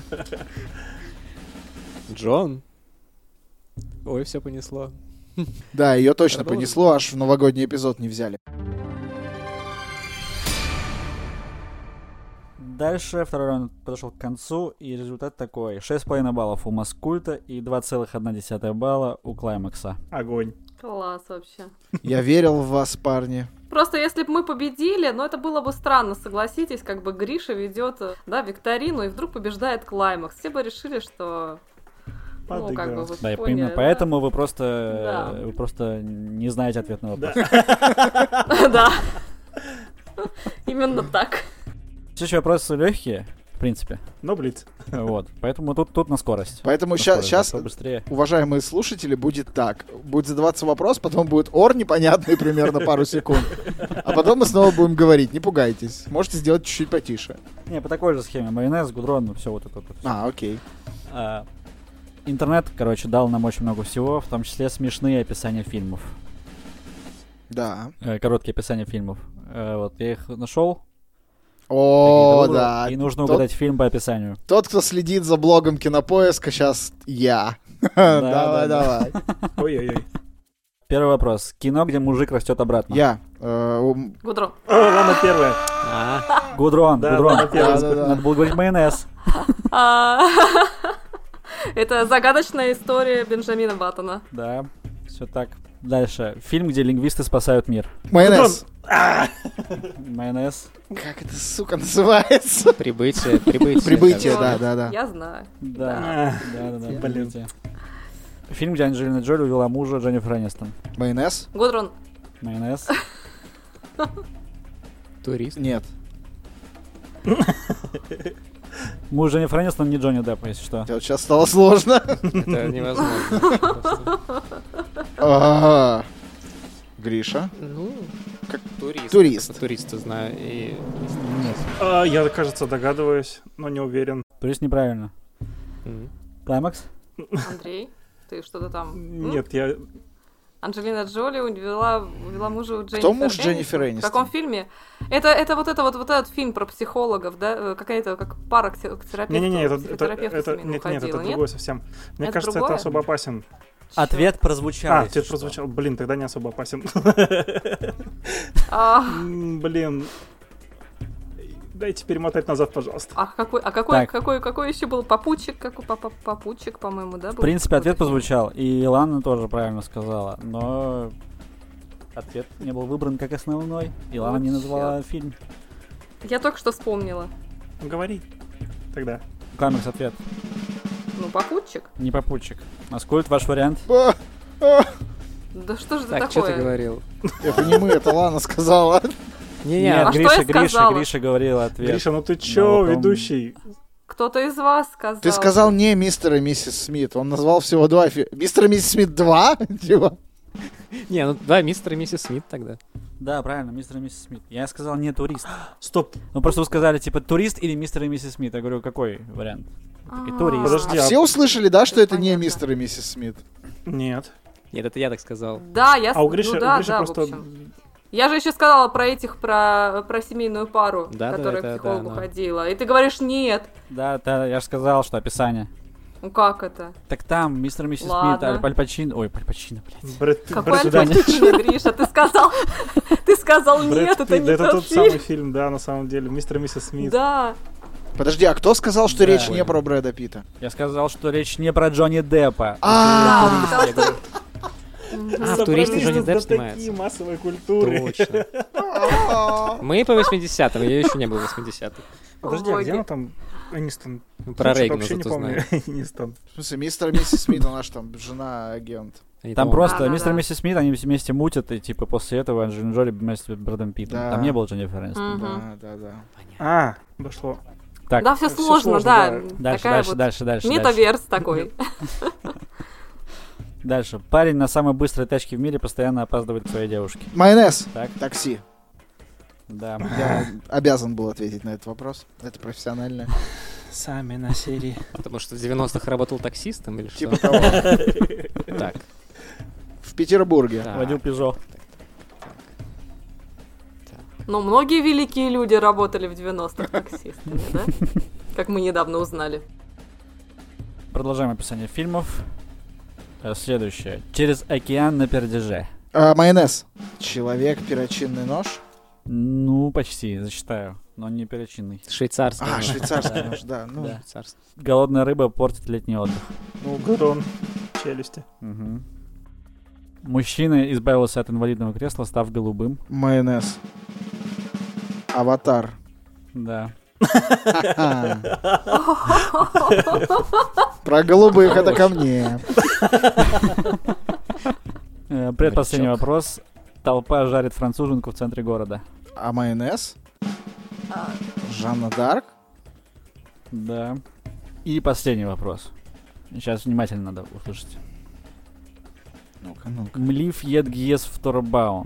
Джон. Ой, все понесло. Да, ее точно Продолжим. понесло, аж в новогодний эпизод не взяли. Дальше второй раунд подошел к концу, и результат такой. 6,5 баллов у Маскульта и 2,1 балла у Клаймакса. Огонь. Класс вообще. Я верил в вас, парни. Просто если бы мы победили, ну это было бы странно, согласитесь, как бы Гриша ведет, да, викторину, и вдруг побеждает Клаймакс. Все бы решили, что... Ну, как бы вы Да, поняли, именно да? поэтому вы просто не знаете ответ на вопрос. Да. Именно так. Следующие вопросы легкие, в принципе. Но блиц. Вот. Поэтому тут на скорость. Поэтому На скорость, сейчас, зато быстрее. уважаемые слушатели, будет так. Будет задаваться вопрос, потом будет ор непонятный примерно пару секунд. А потом мы снова будем говорить. Не пугайтесь. Можете сделать чуть-чуть потише. Не, по такой же схеме. Майонез, гудрон, все вот это. Вот. Окей. Интернет, короче, дал нам очень много всего, в том числе смешные описания фильмов. Да. Короткие описания фильмов. Вот, я их нашел. О, да. И нужно угадать фильм по описанию. Тот, кто следит за блогом Кинопоиска, сейчас я. Да. Давай. Ой-ой-ой. Первый вопрос. Кино, где мужик растет обратно. Я. Гудрон. О, ладно, первое. Гудрон. Да, да, первое. Надо было говорить майонез. Это загадочная история Бенджамина Баттона. Да, все так. Дальше. Фильм, где лингвисты спасают мир. Майонез. Майонез. Как это, сука, называется? Прибытие. Прибытие, кажется. да. Я знаю. Да. Блин. Прибытие. Фильм, где Анджелина Джоли увела мужа Дженнифер Энистон. Майонез? Гудрон. Майонез. Турист. Нет. Муж Дженнифер Энистон не Джонни Депп, если что. Вот сейчас стало сложно. Это невозможно. Просто. Ага. Гриша? Ну, как турист. Турист. Туриста знаю. И... Нет. Я, кажется, догадываюсь, но не уверен. Турист неправильно. Клаймакс? Андрей, ты что-то там... Нет, я... Анджелина Джоли увела мужа у Дженнифер Кто муж Дженнифер В Энистон? каком фильме? Это вот этот фильм про психологов, да? Какая-то как пара к терапевту. Не-не-не, это семейного нет, это уходила, другое совсем. Мне Это кажется, другое? это особо опасен. Ответ прозвучал. Ответ если прозвучал. Блин, тогда не особо опасен. А Блин. Дайте перемотать назад, пожалуйста. какой еще был попутчик? Попутчик, по-моему, да? В принципе, ответ прозвучал, и Илана тоже правильно сказала, но ответ не был выбран как основной. Илана не назвала фильм. Я только что вспомнила. Говори. Тогда. Клаймакс ответ. Ну, попутчик. Не попутчик. Аскольд, ваш вариант? Да что же это Так, что ты такое? говорил? Это не мы, это Лана сказала. Не-не, А что я сказала? Гриша говорил ответ. Гриша, ну ты чё, потом- ведущий? Кто-то из вас сказал. Ты сказал не мистер и миссис Смит. Он назвал всего два фильма. Мистер и миссис Смит 2? Типа. Не, ну да, мистер и миссис Смит тогда. Да, правильно, мистер и миссис Смит. Я сказал не турист. Стоп. Ну просто вы сказали, типа, турист или мистер и миссис Смит. Я говорю, какой вариант? Такой, турист. Подожди. Все услышали, да, что это не Понятно. мистер и миссис Смит? Нет. Нет, это я так сказал. Да, я... А у Гриши, ну, да, у Гриши да, в просто... общем. Я же еще сказала про семейную пару, Да, да, которая это, к психологу да, ходила. И ты говоришь нет. Да, я же сказал, что описание. Ну как это? Так там мистер и миссис Смит, Ладно. Аль Пачино. Ой, Аль Пачино, блядь. Какой свидания. Альпачино, Гриша? Ты сказал нет, это не это тот тот самый фильм. фильм, да, на самом деле. Мистер и миссис Смит. Да. Подожди, а кто сказал, что Да. речь не про Брэда Питта? Я сказал, что речь не про Джонни Деппа. А, Да, Я говорю, А, в туристе Джонни Депп Знатоки снимается. массовой культуры. Точно. Мы по 80-м, я еще не был в 80-х. Подожди, а где Боги. она там? Энистон. Про Слушай, Рейгана вообще не зато помню. знаю. Энистон. В смысле, мистер и миссис Смит, она же там жена-агент. Они Там там просто Да-да-да. мистер и миссис Смит, они вместе мутят, и типа после этого Анджелина Джоли вместе с Брэдом Питтом. Да. Там не было Дженнифер Энистон. Мгм. Да. Дошло. Так, Да, все всё сложно, сложно, да. да. Такая вот дальше. метаверс такой. Дальше. Парень на самой быстрой тачке в мире постоянно опаздывает к своей девушке. Майонез. Так, Такси. да. Я обязан был ответить на этот вопрос. Это профессионально. Сами на серии. Потому что в 90-х работал таксистом или что? Типа того. Так. В Петербурге. Так. Водил Пежо. Но многие великие люди работали в 90-х таксистами, да? Как мы недавно узнали. Продолжаем описание фильмов. Следующее. «Через океан на пердеже». Майонез. Человек, перочинный нож. Ну, почти, зачитаю. Но не перочинный. Швейцарский. А, нож. швейцарский нож, да. Ну, Да. Швейцарский. Голодная рыба портит летний отдых. Ну, Гудон. Челюсти. Угу. Мужчина избавился от инвалидного кресла, став голубым. Майонез. Аватар. Да. Про голубых это ко мне. Предпоследний вопрос. Толпа жарит француженку в центре города. А майонез? Жанна Дарк? Да. И последний вопрос. Сейчас внимательно надо услышать. Ну-ка, ну-ка. Млив ед гиес в Торбаун.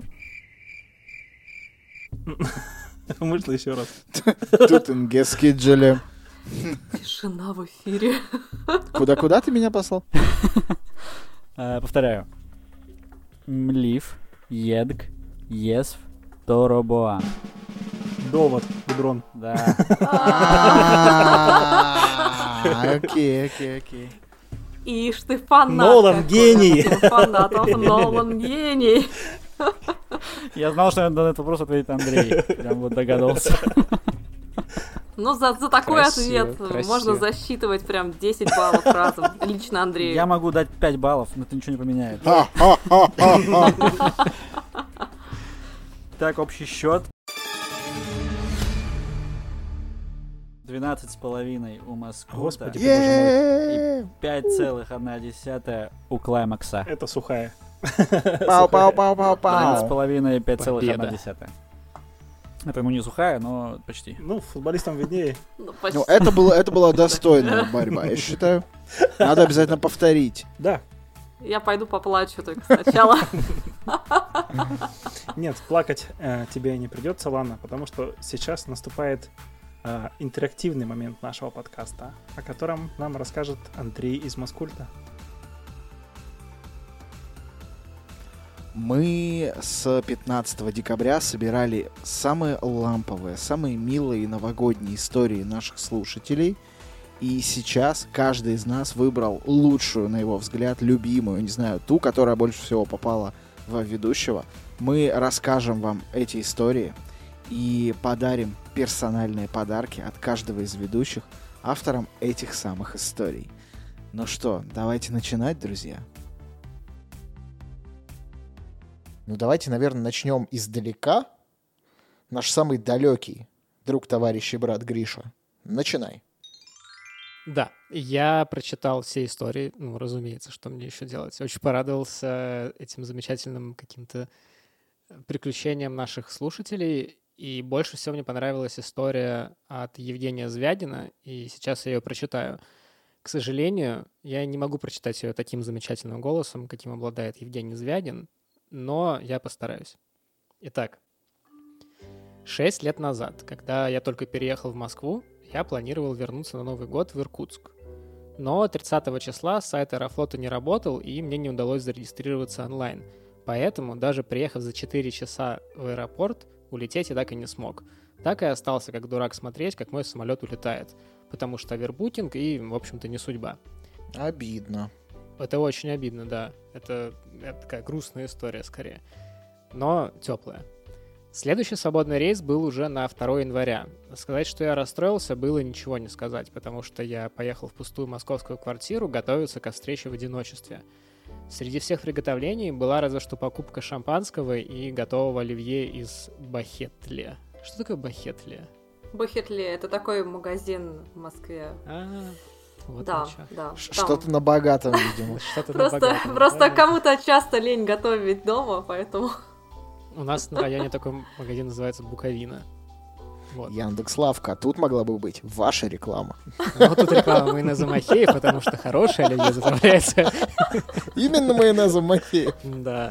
Можно еще раз? Тут ингескиджели. Тишина в эфире. Куда ты меня послал? Повторяю. Млив едг ес в Торбаун. Довод, Гудрон. Да. Окей. Ишь ты фанат. Нолан гений. Фанатов Нолан гений. Я знал, что на этот вопрос ответит Андрей. Прям вот догадался. Ну, за такой Красиво, ответ красиво. можно засчитывать прям 10 баллов разом. Лично Андрею. Я могу дать 5 баллов, но это ничего не поменяет. Так, общий счет. 12,5 у Москвы. Господи, И боже мой. 5,1 у Клаймакса. Это сухая. Пау-пау-пау-пау-пау. 12,5 и 5,1. Это, по-моему, не сухая, но почти. Ну, футболистам виднее. Ну, почти. Ну, это была достойная борьба, я считаю. Надо обязательно повторить. Да. Я пойду поплачу только сначала. Нет, плакать тебе не придется, Лана, потому что сейчас наступает интерактивный момент нашего подкаста, о котором нам расскажет Андрей из Маскульта. Мы с 15 декабря собирали самые ламповые, самые милые новогодние истории наших слушателей. И сейчас каждый из нас выбрал лучшую, на его взгляд, любимую, не знаю, ту, которая больше всего попала в ведущего. Мы расскажем вам эти истории и подарим персональные подарки от каждого из ведущих авторам этих самых историй. Ну что, давайте начинать, друзья. Ну давайте, наверное, начнем издалека. Наш самый далекий друг, товарищ и брат Гриша. Начинай. Да, я прочитал все истории, ну, разумеется, что мне еще делать. Очень порадовался этим замечательным каким-то приключениям наших слушателей, и больше всего мне понравилась история от Евгения Звягина, и сейчас я ее прочитаю. К сожалению, я не могу прочитать ее таким замечательным голосом, каким обладает Евгений Звягин, но я постараюсь. Итак, 6 лет назад, когда я только переехал в Москву, я планировал вернуться на Новый год в Иркутск. Но 30 числа сайт Аэрофлота не работал, и мне не удалось зарегистрироваться онлайн. Поэтому, даже приехав за 4 часа в аэропорт, улететь я так и не смог. Так и остался как дурак смотреть, как мой самолет улетает. Потому что овербукинг и, в общем-то, не судьба. Обидно. Это очень обидно, да. Это такая грустная история скорее. Но теплая. Следующий свободный рейс был уже на 2 января. Сказать, что я расстроился, было ничего не сказать, потому что я поехал в пустую московскую квартиру готовиться ко встрече в одиночестве. Среди всех приготовлений была разве что покупка шампанского и готового оливье из Бахетле. Что такое Бахетле? Бахетле — это такой магазин в Москве. Вот Да, оно чё. да. Что-то на богатом, видимо. Что-то на богатом, Просто правильно? кому-то часто лень готовить дома, поэтому... У нас на районе такой магазин называется Буковина. Вот. Яндекс.Лавка. Тут могла бы быть ваша реклама. Ну, тут реклама майонеза Махеев, потому что хорошая оливье заправляется. Именно майонезом Махеев. Да.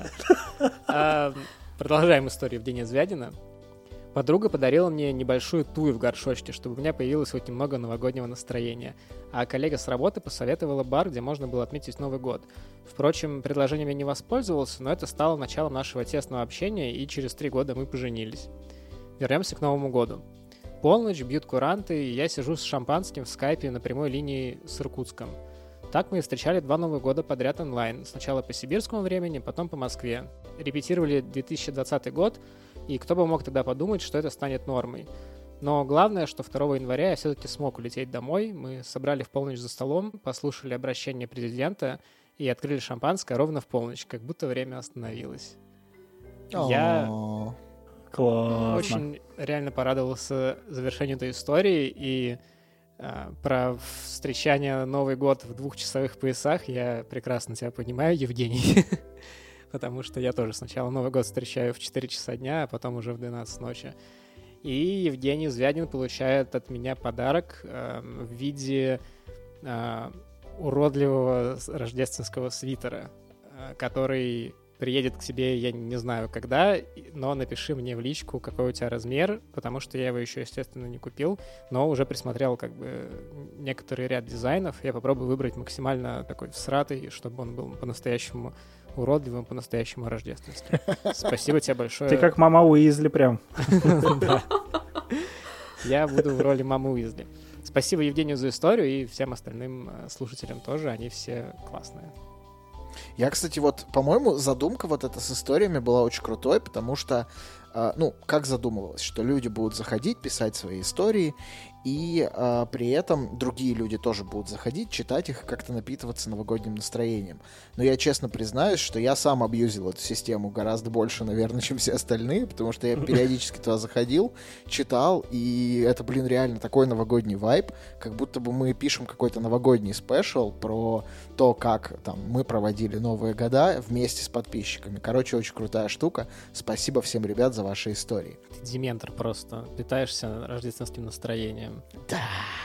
Продолжаем историю Евгения Звягина. Подруга подарила мне небольшую тую в горшочке, чтобы у меня появилось хоть немного новогоднего настроения. А коллега с работы посоветовала бар, где можно было отметить Новый год. Впрочем, предложением я не воспользовался, но это стало началом нашего тесного общения, и через 3 года мы поженились. Вернемся к Новому году. Полночь, бьют куранты, и я сижу с шампанским в скайпе на прямой линии с Иркутском. Так мы и встречали 2 Новых года подряд онлайн. Сначала по сибирскому времени, потом по Москве. Репетировали 2020 год, и кто бы мог тогда подумать, что это станет нормой. Но главное, что 2 января я все-таки смог улететь домой. Мы собрали в полночь за столом, послушали обращение президента и открыли шампанское ровно в полночь, как будто время остановилось. Я Классно. очень реально порадовался завершению этой истории, и про встречание Новый год в 2-часовых поясах я прекрасно тебя понимаю, Евгений, потому что я тоже сначала Новый год встречаю в 4 часа дня, а потом уже в 12 ночи. И Евгений Звягин получает от меня подарок в виде уродливого рождественского свитера, который приедет к тебе, я не знаю когда, но напиши мне в личку, какой у тебя размер, потому что я его еще, естественно, не купил, но уже присмотрел как бы некоторый ряд дизайнов. Я попробую выбрать максимально такой всратый, чтобы он был по-настоящему уродливым, по-настоящему рождественским. Спасибо тебе большое. Ты как мама Уизли прям. Я буду в роли мамы Уизли. Спасибо Евгению за историю и всем остальным слушателям тоже, они все классные. Я, кстати, вот, по-моему, задумка вот эта с историями была очень крутой, потому что, как задумывалось, что люди будут заходить, писать свои истории, и при этом другие люди тоже будут заходить, читать их и как-то напитываться новогодним настроением. Но я честно признаюсь, что я сам абьюзил эту систему гораздо больше, наверное, чем все остальные, потому что я периодически туда заходил, читал, и это, реально такой новогодний вайб, как будто бы мы пишем какой-то новогодний спешл про то, как там мы проводили новые года вместе с подписчиками. Короче, очень крутая штука. Спасибо всем, ребят, за ваши истории. Ты дементор просто. Питаешься рождественским настроением. Да.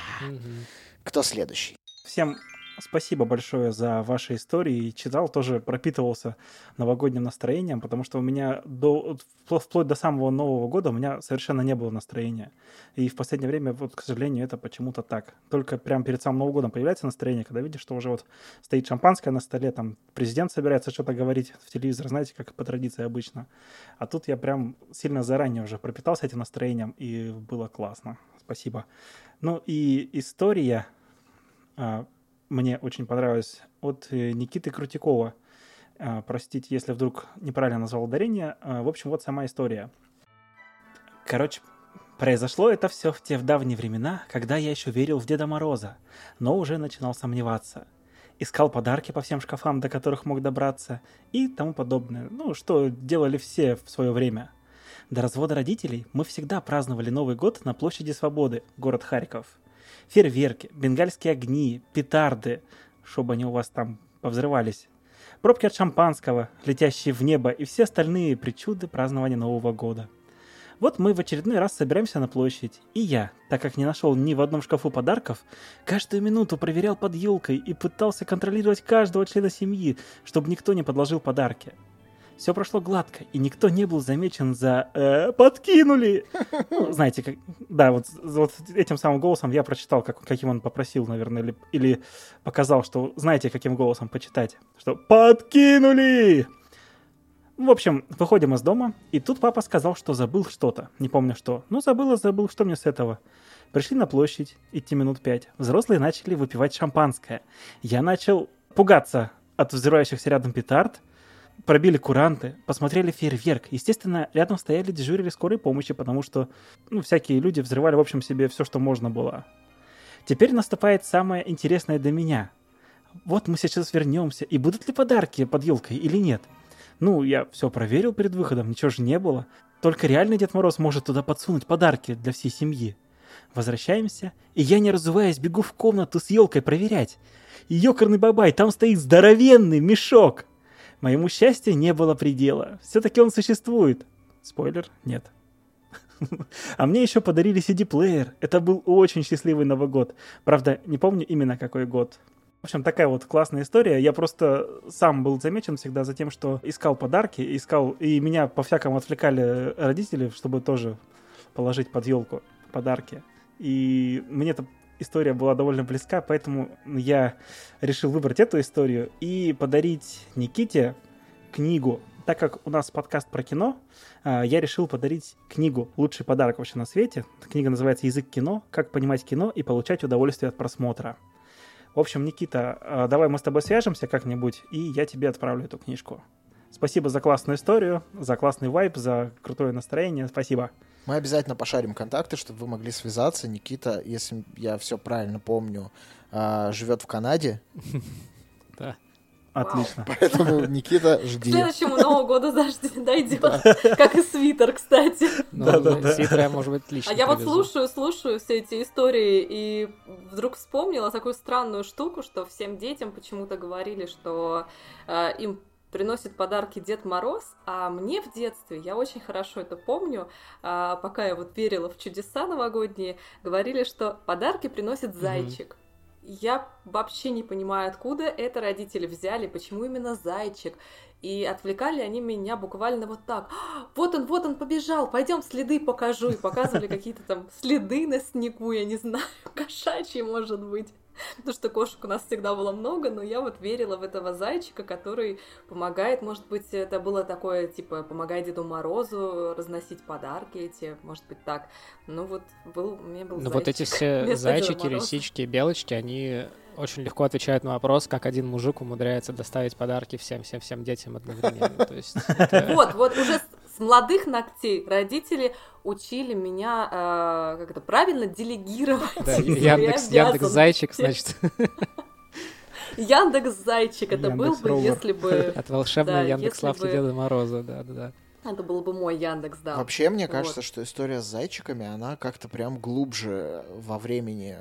Кто следующий? Всем спасибо большое за ваши истории. Читал, тоже пропитывался новогодним настроением, потому что у меня вплоть до самого Нового года у меня совершенно не было настроения. И в последнее время, вот, к сожалению, это почему-то так. Только прямо перед самым Новым годом появляется настроение, когда видишь, что уже вот стоит шампанское на столе, там президент собирается что-то говорить в телевизор, знаете, как по традиции обычно. А тут я прям сильно заранее уже пропитался этим настроением, и было классно. Спасибо. Ну и история мне очень понравилась от Никиты Крутикова. Простите, если вдруг неправильно назвал ударение. В общем, вот сама история. Короче, произошло это все в те давние времена, когда я еще верил в Деда Мороза, но уже начинал сомневаться. Искал подарки по всем шкафам, до которых мог добраться, и тому подобное. Ну, что делали все в свое время. До развода родителей мы всегда праздновали Новый год на площади Свободы, город Харьков. Фейерверки, бенгальские огни, петарды, чтобы они у вас там повзрывались, пробки от шампанского, летящие в небо и все остальные причуды празднования Нового года. Вот мы в очередной раз собираемся на площадь, и я, так как не нашел ни в одном шкафу подарков, каждую минуту проверял под елкой и пытался контролировать каждого члена семьи, чтобы никто не подложил подарки. Все прошло гладко, и никто не был замечен за «подкинули». Ну, знаете, как... да, вот этим самым голосом я прочитал, каким он попросил, наверное, или показал, что знаете, каким голосом почитать, что «подкинули». В общем, выходим из дома, и тут папа сказал, что забыл что-то, не помню что. Ну, забыл, что мне с этого. Пришли на площадь, идти минут 5. Взрослые начали выпивать шампанское. Я начал пугаться от взрывающихся рядом петард. Пробили куранты, посмотрели фейерверк. Естественно, рядом стояли, дежурили скорой помощи, потому что, всякие люди взрывали, в общем, себе все, что можно было. Теперь наступает самое интересное для меня. Вот мы сейчас вернемся, и будут ли подарки под елкой или нет? Я все проверил перед выходом, ничего же не было. Только реальный Дед Мороз может туда подсунуть подарки для всей семьи. Возвращаемся, и я, не разуваясь, бегу в комнату с елкой проверять. И ёкарный бабай, там стоит здоровенный мешок. Моему счастью не было предела. Все-таки он существует. Спойлер, нет. А мне еще подарили CD-плеер. Это был очень счастливый Новый год. Правда, не помню именно какой год. В общем, такая вот классная история. Я просто сам был замечен всегда за тем, что искал подарки, и меня по-всякому отвлекали родители, чтобы тоже положить под елку подарки. И мне эта история была довольно близка, поэтому я решил выбрать эту историю и подарить Никите книгу. Так как у нас подкаст про кино, я решил подарить книгу «Лучший подарок вообще на свете». Книга называется «Язык кино. Как понимать кино и получать удовольствие от просмотра». В общем, Никита, давай мы с тобой свяжемся как-нибудь, и я тебе отправлю эту книжку. Спасибо за классную историю, за классный вайб, за крутое настроение. Спасибо. Мы обязательно пошарим контакты, чтобы вы могли связаться. Никита, если я все правильно помню, живет в Канаде. Да. Отлично. Поэтому, Никита, К жди. следующему Новому году дойдет. Как и свитер, кстати. Да-да-да. Свитер я, может быть, лично А я вот привезу. слушаю все эти истории и вдруг вспомнила такую странную штуку, что всем детям почему-то говорили, что им приносит подарки Дед Мороз, а мне в детстве, я очень хорошо это помню, пока я вот верила в чудеса новогодние, говорили, что подарки приносит зайчик. Я вообще не понимаю, откуда это родители взяли, почему именно зайчик. И отвлекали они меня буквально вот так. Вот он побежал, пойдем следы покажу. И показывали какие-то там следы на снегу, я не знаю, кошачьи, может быть. Потому что кошек у нас всегда было много, но я вот верила в этого зайчика, который помогает, может быть, это было такое, типа, помогай Деду Морозу разносить подарки эти, может быть, так. Ну вот, у меня был Ну зайчик. вот эти все вместо Деда зайчики, Мороза. лисички, белочки, они очень легко отвечают на вопрос, как один мужик умудряется доставить подарки всем детям одновременно. То есть это- Вот уже с молодых ногтей родители учили меня, как это правильно, делегировать да, свои Яндекс обязанности. Зайчик, значит, Яндекс Зайчик, это был бы, Яндекс.Ровер. если бы... от волшебной Да, Яндекс если Лавки бы- Деда Мороза, да. Это был бы мой Яндекс, да. Вообще, мне Вот. кажется, что история с зайчиками, она как-то прям глубже во времени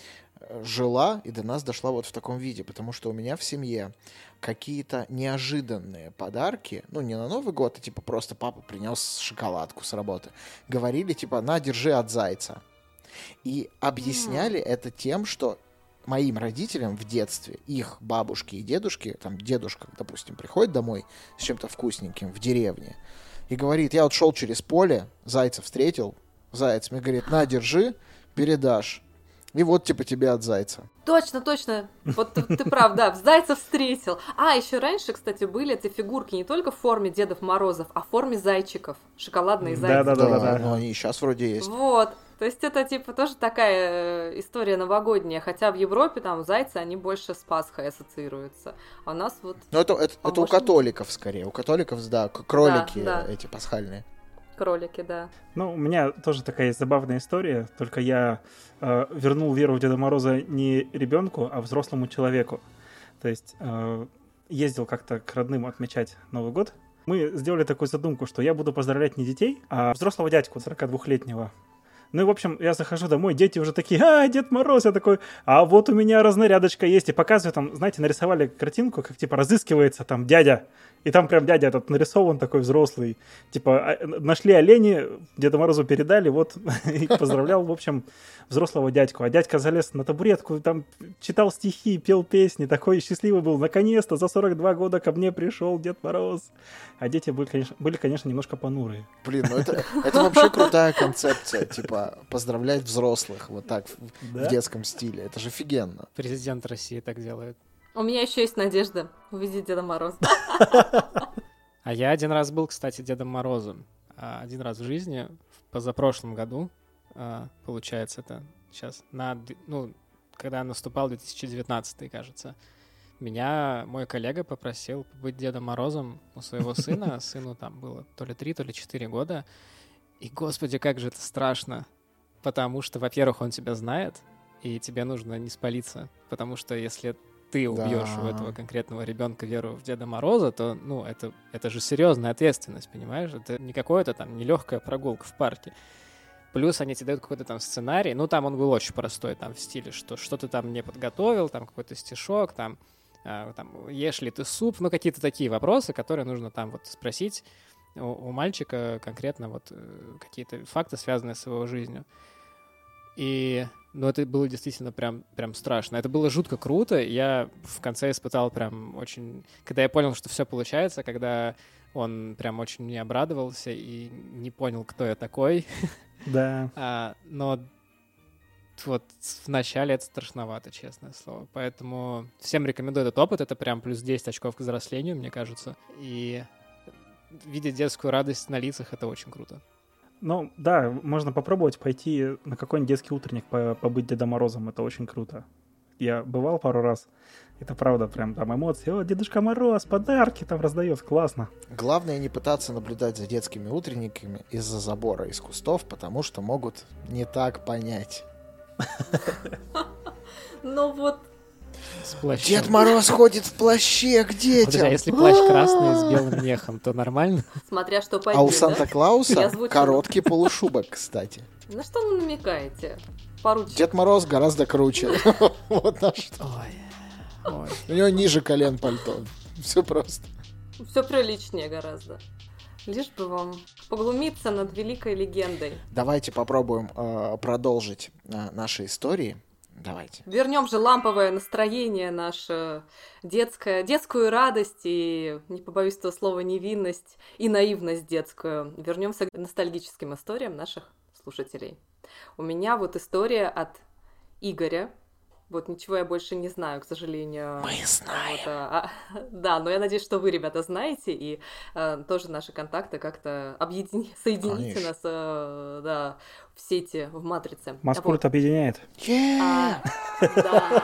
жила и до нас дошла вот в таком виде, потому что у меня в семье какие-то неожиданные подарки, ну, не на Новый год, а типа просто папа принес шоколадку с работы, говорили типа, на, держи от зайца. И объясняли это тем, что моим родителям в детстве, их бабушки и дедушки, там дедушка, допустим, приходит домой с чем-то вкусненьким в деревне и говорит, я вот шел через поле, зайца встретил, заяц мне говорит, на, держи, передашь. И вот типа тебе от зайца. Точно. Вот ты прав, да, зайца встретил. А, еще раньше, кстати, были эти фигурки не только в форме Дедов Морозов, а в форме зайчиков. Шоколадные зайцы. Да-да-да. Но они и сейчас вроде есть. Вот. То есть это типа тоже такая история новогодняя, хотя в Европе там зайцы, они больше с Пасхой ассоциируются. А у нас вот Но это у может, католиков скорее. У католиков, да, кролики Да. эти пасхальные. кролики, да. Ну, у меня тоже такая есть забавная история, только я вернул веру в Деда Мороза не ребенку, а взрослому человеку. То есть ездил как-то к родным отмечать Новый год. Мы сделали такую задумку, что я буду поздравлять не детей, а взрослого дядьку 42-летнего. Ну и, в общем, я захожу домой, дети уже такие, Дед Мороз, я такой, а вот у меня разнарядочка есть, и показываю там, знаете, нарисовали картинку, как, типа, разыскивается там дядя, и там прям дядя этот нарисован такой взрослый, типа, нашли олени, Деду Морозу передали, вот, и поздравлял, в общем, взрослого дядьку, а дядька залез на табуретку, там, читал стихи, пел песни, такой счастливый был, наконец-то, за 42 года ко мне пришел Дед Мороз, а дети были, конечно, немножко понурые. Блин, ну это вообще крутая концепция, типа поздравлять взрослых вот так в детском стиле. Это же офигенно. Президент России так делает. У меня еще есть надежда увидеть Деда Мороза. А я один раз был, кстати, Дедом Морозом. Один раз в жизни, в позапрошлом году, получается, это сейчас, когда наступал 2019, кажется, меня мой коллега попросил быть Дедом Морозом у своего сына. Сыну там было то ли 3, то ли 4 года. И, господи, как же это страшно. Потому что, во-первых, он тебя знает, и тебе нужно не спалиться. Потому что если ты убьешь у этого конкретного ребенка веру в Деда Мороза, то, это же серьезная ответственность, понимаешь? Это не какое-то там нелегкая прогулка в парке. Плюс они тебе дают какой-то там сценарий. Ну, там он был очень простой, там в стиле, что ты там не подготовил, там какой-то стишок, там ешь ли ты суп, какие-то такие вопросы, которые нужно там вот спросить у мальчика конкретно вот какие-то факты, связанные с его жизнью. И, это было действительно прям страшно. Это было жутко круто. Я в конце испытал прям очень... Когда я понял, что все получается, когда он прям очень мне обрадовался и не понял, кто я такой. Да. Но вот в начале это страшновато, честное слово. Поэтому всем рекомендую этот опыт. Это прям плюс 10 очков к взрослению, мне кажется. И видеть детскую радость на лицах — это очень круто. Ну, да, можно попробовать пойти на какой-нибудь детский утренник, побыть Дедом Морозом. Это очень круто. Я бывал пару раз. Это правда, прям там эмоции. О, Дедушка Мороз, подарки там раздает. Классно. Главное не пытаться наблюдать за детскими утренниками из-за забора из кустов, потому что могут не так понять. Ну вот, С плащом. Дед Мороз ходит в плаще к Подожди, а детям. если плащ красный с белым мехом, то нормально? Смотря что А у пойдет, да? Санта-Клауса Я озвучила. короткий полушубок, кстати. На что вы намекаете? Поручик. Дед Мороз гораздо круче. Вот на что. Ой. У него ниже колен пальто. Все просто. Все приличнее гораздо. Лишь бы вам поглумиться над великой легендой. Давайте попробуем продолжить наши истории. Давайте. Вернем же ламповое настроение наше, детскую радость и, не побоюсь этого слова, невинность и наивность детскую. Вернемся к ностальгическим историям наших слушателей. У меня вот история от Игоря. Вот ничего я больше не знаю, к сожалению. Мы знаем. Вот, да, но я надеюсь, что вы, ребята, знаете, и тоже наши контакты как-то соедините Конечно. нас да, в сети, в матрице. Маскульт объединяет. Да.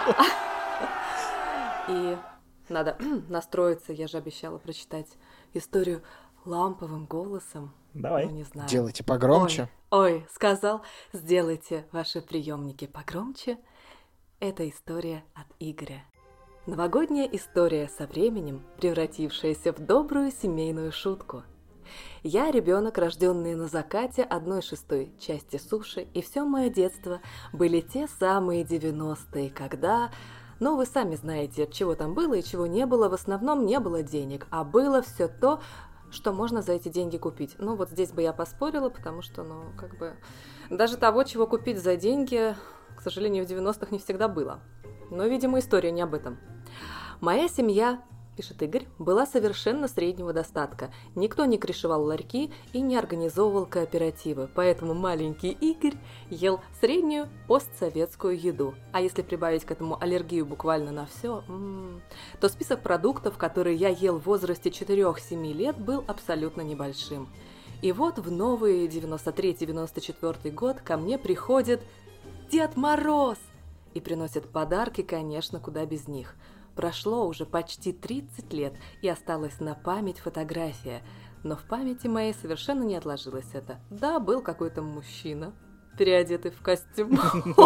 И надо настроиться, я же обещала прочитать историю ламповым голосом. Давай. Ну, не знаю. Делайте погромче. Ой, сказал, сделайте ваши приемники погромче. Это история от Игоря. Новогодняя история со временем, превратившаяся в добрую семейную шутку. Я ребенок, рожденный на закате 1/6 части суши, и все мое детство были те самые 90-е, когда... Ну, вы сами знаете, чего там было и чего не было. В основном не было денег, а было все то, что можно за эти деньги купить. Ну, вот здесь бы я поспорила, потому что, ну, как бы... Даже того, чего купить за деньги, к сожалению, в 90-х не всегда было. Но, видимо, история не об этом. Моя семья, пишет Игорь, была совершенно среднего достатка. Никто не крышевал ларьки и не организовывал кооперативы, поэтому маленький Игорь ел среднюю постсоветскую еду. А если прибавить к этому аллергию буквально на все, то список продуктов, которые я ел в возрасте 4-7 лет, был абсолютно небольшим. И вот в новый 93-94 год ко мне приходит Дед Мороз и приносит подарки, конечно, куда без них. Прошло уже почти 30 лет, и осталась на память фотография. Но в памяти моей совершенно не отложилось это. Да, был какой-то мужчина, переодетый в костюм,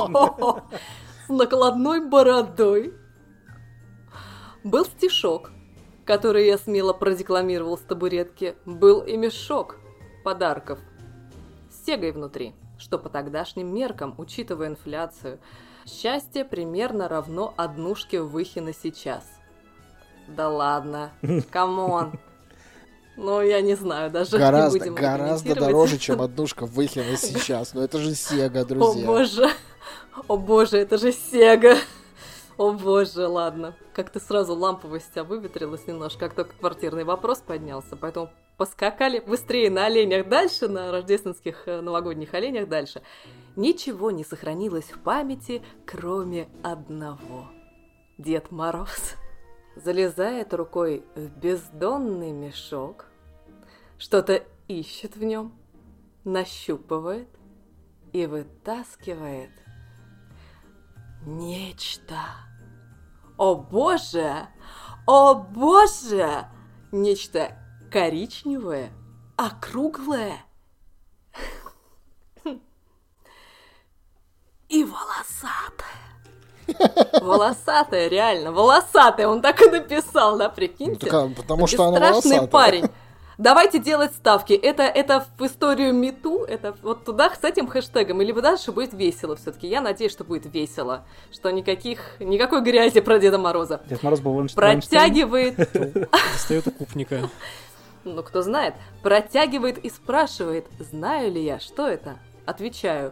с накладной бородой. Был стишок, который я смело продекламировал с табуретки. Был и мешок подарков с сегой внутри, что по тогдашним меркам, учитывая инфляцию, счастье примерно равно однушке Выхина сейчас. Да ладно, камон. Ну, я не знаю, даже не будем Гораздо дороже, чем однушка Выхина сейчас. Но это же Сега, друзья. О боже, это же Сега. О боже, ладно. Как-то сразу ламповость выветрилась немножко, как только квартирный вопрос поднялся, поэтому поскакали быстрее на оленях дальше, на рождественских новогодних оленях дальше. Ничего не сохранилось в памяти, кроме одного. Дед Мороз залезает рукой в бездонный мешок, что-то ищет в нем, нащупывает и вытаскивает нечто. О боже! О боже! Нечто коричневое, округлое и волосатое. Волосатое, реально, волосатое. Он так и написал, да, прикиньте. Ну, потому что оно Бесстрашный волосатое. парень. Давайте делать ставки. Это в историю МИТУ, это вот туда с этим хэштегом, или дальше будет весело все-таки. Я надеюсь, что будет весело, что никакой грязи про Деда Мороза. Дед Мороз был Протягивает... Достает укупника. Ну, кто знает. Протягивает и спрашивает, знаю ли я, что это. Отвечаю.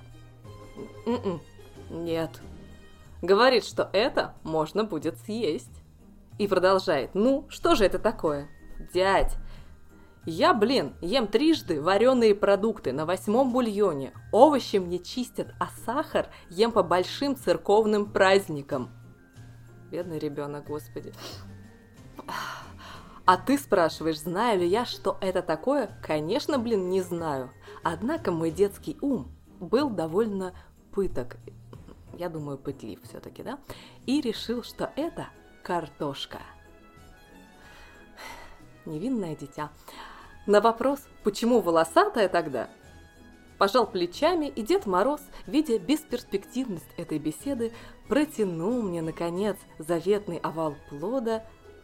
Нет. Говорит, что это можно будет съесть. И продолжает. Ну, что же это такое? Дядь, я, ем трижды вареные продукты на 8-м бульоне. Овощи мне чистят, а сахар ем по большим церковным праздникам. Бедный ребенок, господи. А ты спрашиваешь, знаю ли я, что это такое? Конечно, не знаю. Однако мой детский ум был довольно пыток. Я думаю, пытлив все-таки, да? И решил, что это картошка. Невинное дитя. На вопрос, почему волосатая тогда, пожал плечами, и Дед Мороз, видя бесперспективность этой беседы, протянул мне, наконец, заветный овал плода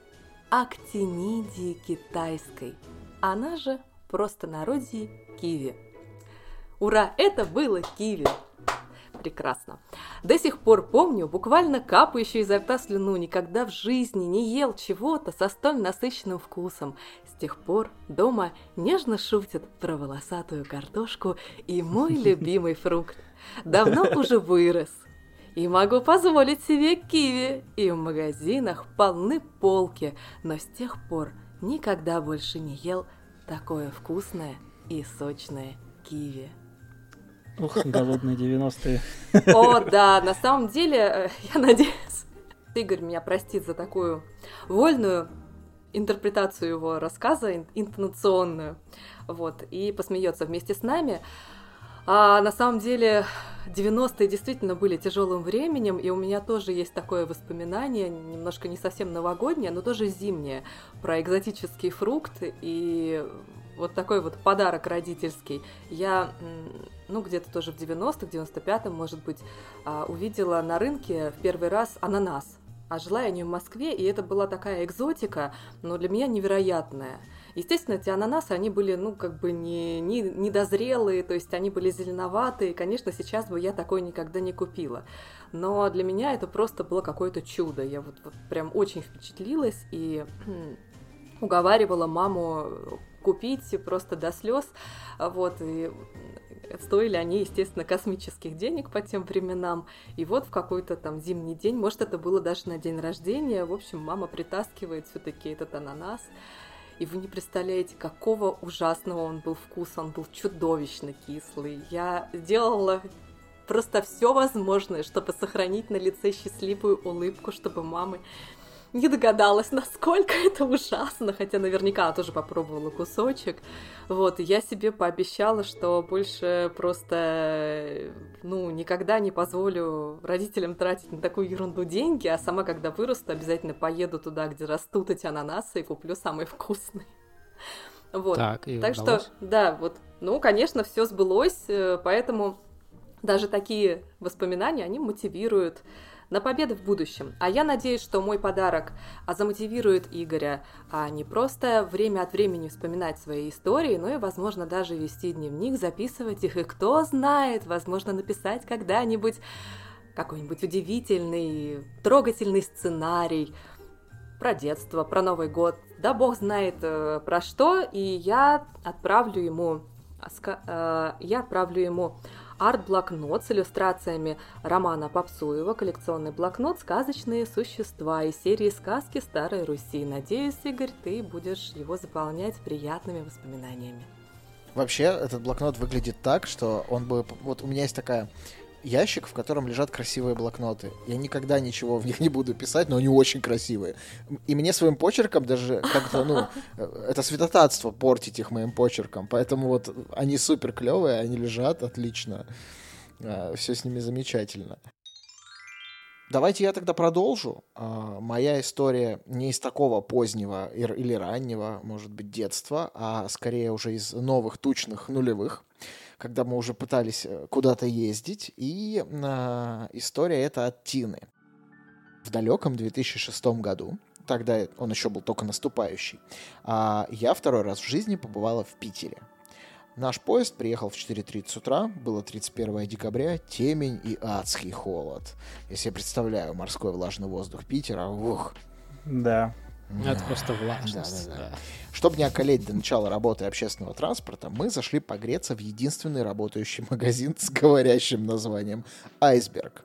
актинидии китайской, она же в простонародье киви. Ура, это было киви! Прекрасно. До сих пор помню, буквально капающую изо рта слюну, никогда в жизни не ел чего-то со столь насыщенным вкусом. С тех пор дома нежно шутят про волосатую картошку и мой любимый фрукт. Давно уже вырос. И могу позволить себе киви, и в магазинах полны полки, но с тех пор никогда больше не ел такое вкусное и сочное киви. Ух, голодные 90-е. О, да, на самом деле, я надеюсь, Игорь меня простит за такую вольную интерпретацию его рассказа, интонационную, вот, и посмеется вместе с нами. А на самом деле 90-е действительно были тяжелым временем, и у меня тоже есть такое воспоминание, немножко не совсем новогоднее, но тоже зимнее, про экзотические фрукты и вот такой вот подарок родительский. Я, где-то тоже в 90-х, 95-м, может быть, увидела на рынке в первый раз ананас. А жила я не в Москве, и это была такая экзотика, но для меня невероятная. Естественно, эти ананасы, они были, недозрелые, то есть они были зеленоватые. Конечно, сейчас бы я такой никогда не купила. Но для меня это просто было какое-то чудо. Я вот прям очень впечатлилась и уговаривала маму купить просто до слез. Вот, и стоили они, естественно, космических денег по тем временам. И вот в какой-то там зимний день, может, это было даже на день рождения, в общем, мама притаскивает все-таки этот ананас. И вы не представляете, какого ужасного он был вкуса, он был чудовищно кислый. Я делала просто все возможное, чтобы сохранить на лице счастливую улыбку, чтобы мама не догадалась, насколько это ужасно, хотя наверняка она тоже попробовала кусочек. Вот, и я себе пообещала, что больше просто, никогда не позволю родителям тратить на такую ерунду деньги, а сама, когда вырасту, обязательно поеду туда, где растут эти ананасы, и куплю самый вкусный. Вот. Так что, да, вот, конечно, все сбылось, поэтому даже такие воспоминания, они мотивируют на победы в будущем. А я надеюсь, что мой подарок замотивирует Игоря не просто время от времени вспоминать свои истории, но и, возможно, даже вести дневник, записывать их, и кто знает, возможно, написать когда-нибудь какой-нибудь удивительный, трогательный сценарий про детство, про Новый год, да бог знает про что, и я отправлю ему арт-блокнот с иллюстрациями романа Попсуева, коллекционный блокнот «Сказочные существа» из серии «Сказки Старой Руси». Надеюсь, Игорь, ты будешь его заполнять приятными воспоминаниями. Вообще, этот блокнот выглядит так, что он бы... Вот у меня есть такая ящик, в котором лежат красивые блокноты. Я никогда ничего в них не буду писать, но они очень красивые. И мне своим почерком даже как-то, это святотатство портить их моим почерком. Поэтому вот они супер клевые, они лежат отлично. Все с ними замечательно. Давайте я тогда продолжу. Моя история не из такого позднего или раннего, может быть, детства, а скорее уже из новых тучных нулевых, когда мы уже пытались куда-то ездить. И история эта от Тины. В далеком 2006 году, тогда он еще был только наступающий, я второй раз в жизни побывала в Питере. Наш поезд приехал в 4:30 утра, было 31 декабря, темень и адский холод. Я себе представляю морской влажный воздух Питера, ух. Да. Это просто влажность. Да. Чтобы не околеть до начала работы общественного транспорта, мы зашли погреться в единственный работающий магазин с говорящим названием «Айсберг».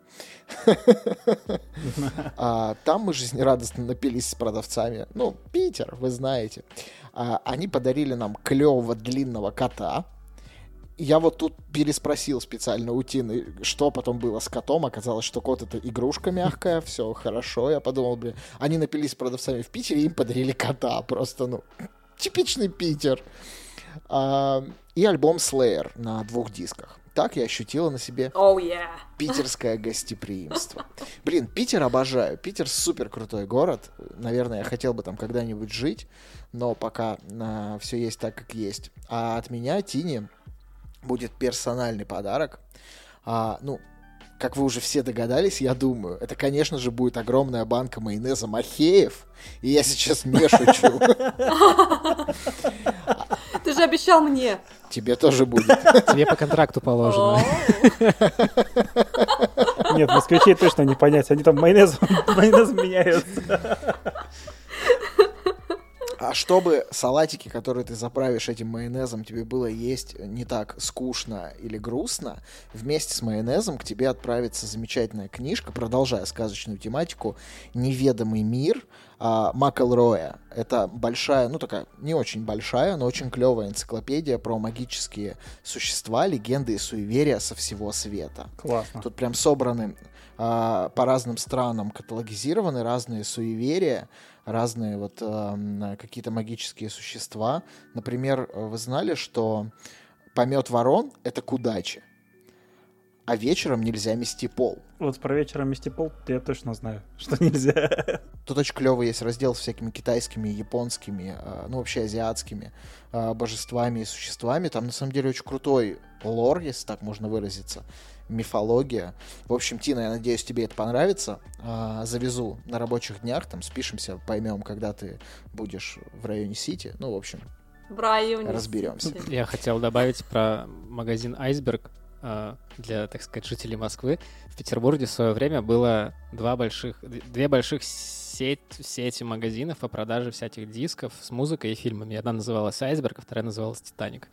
Там мы жизнерадостно напились с продавцами. Питер, вы знаете. Они подарили нам клевого длинного кота. Я вот тут переспросил специально у Тины, что потом было с котом. Оказалось, что кот — это игрушка мягкая, все хорошо. Я подумал, они напились с продавцами в Питере, им подарили кота. Просто, типичный Питер. И альбом Slayer на 2 дисках. Так я ощутила на себе питерское гостеприимство. Питер обожаю. Питер супер крутой город. Наверное, я хотел бы там когда-нибудь жить, но пока все есть так, как есть. А от меня, Тине, будет персональный подарок. Как вы уже все догадались, я думаю, это, конечно же, будет огромная банка майонеза Махеев. И я сейчас не шучу. Ты же обещал мне. Тебе тоже будет. Тебе по контракту положено. Нет, москвичей точно не понять. Они там майонезом меняются. А чтобы салатики, которые ты заправишь этим майонезом, тебе было есть не так скучно или грустно, вместе с майонезом к тебе отправится замечательная книжка, продолжая сказочную тематику, «Неведомый мир» МакЭлроя. Это большая, такая не очень большая, но очень клевая энциклопедия про магические существа, легенды и суеверия со всего света. Классно. Тут прям собраны по разным странам, каталогизированы разные суеверия, разные какие-то магические существа. Например, вы знали, что помет ворон — это к удаче, а вечером нельзя мести пол. Вот про вечером мести пол я точно знаю, что нельзя. Тут очень клевый есть раздел с всякими китайскими, японскими, вообще азиатскими божествами и существами. Там на самом деле очень крутой лор, если так можно выразиться, мифология. В общем, Тина, я надеюсь, тебе это понравится. Завезу на рабочих днях, там спишемся, поймем, когда ты будешь в районе Сити. В общем, в районе разберемся. Сити. Я хотел добавить про магазин «Айсберг» для, так сказать, жителей Москвы. В Петербурге в свое время было две больших сети магазинов по продаже всяких дисков с музыкой и фильмами. Одна называлась «Айсберг», а вторая называлась «Титаник».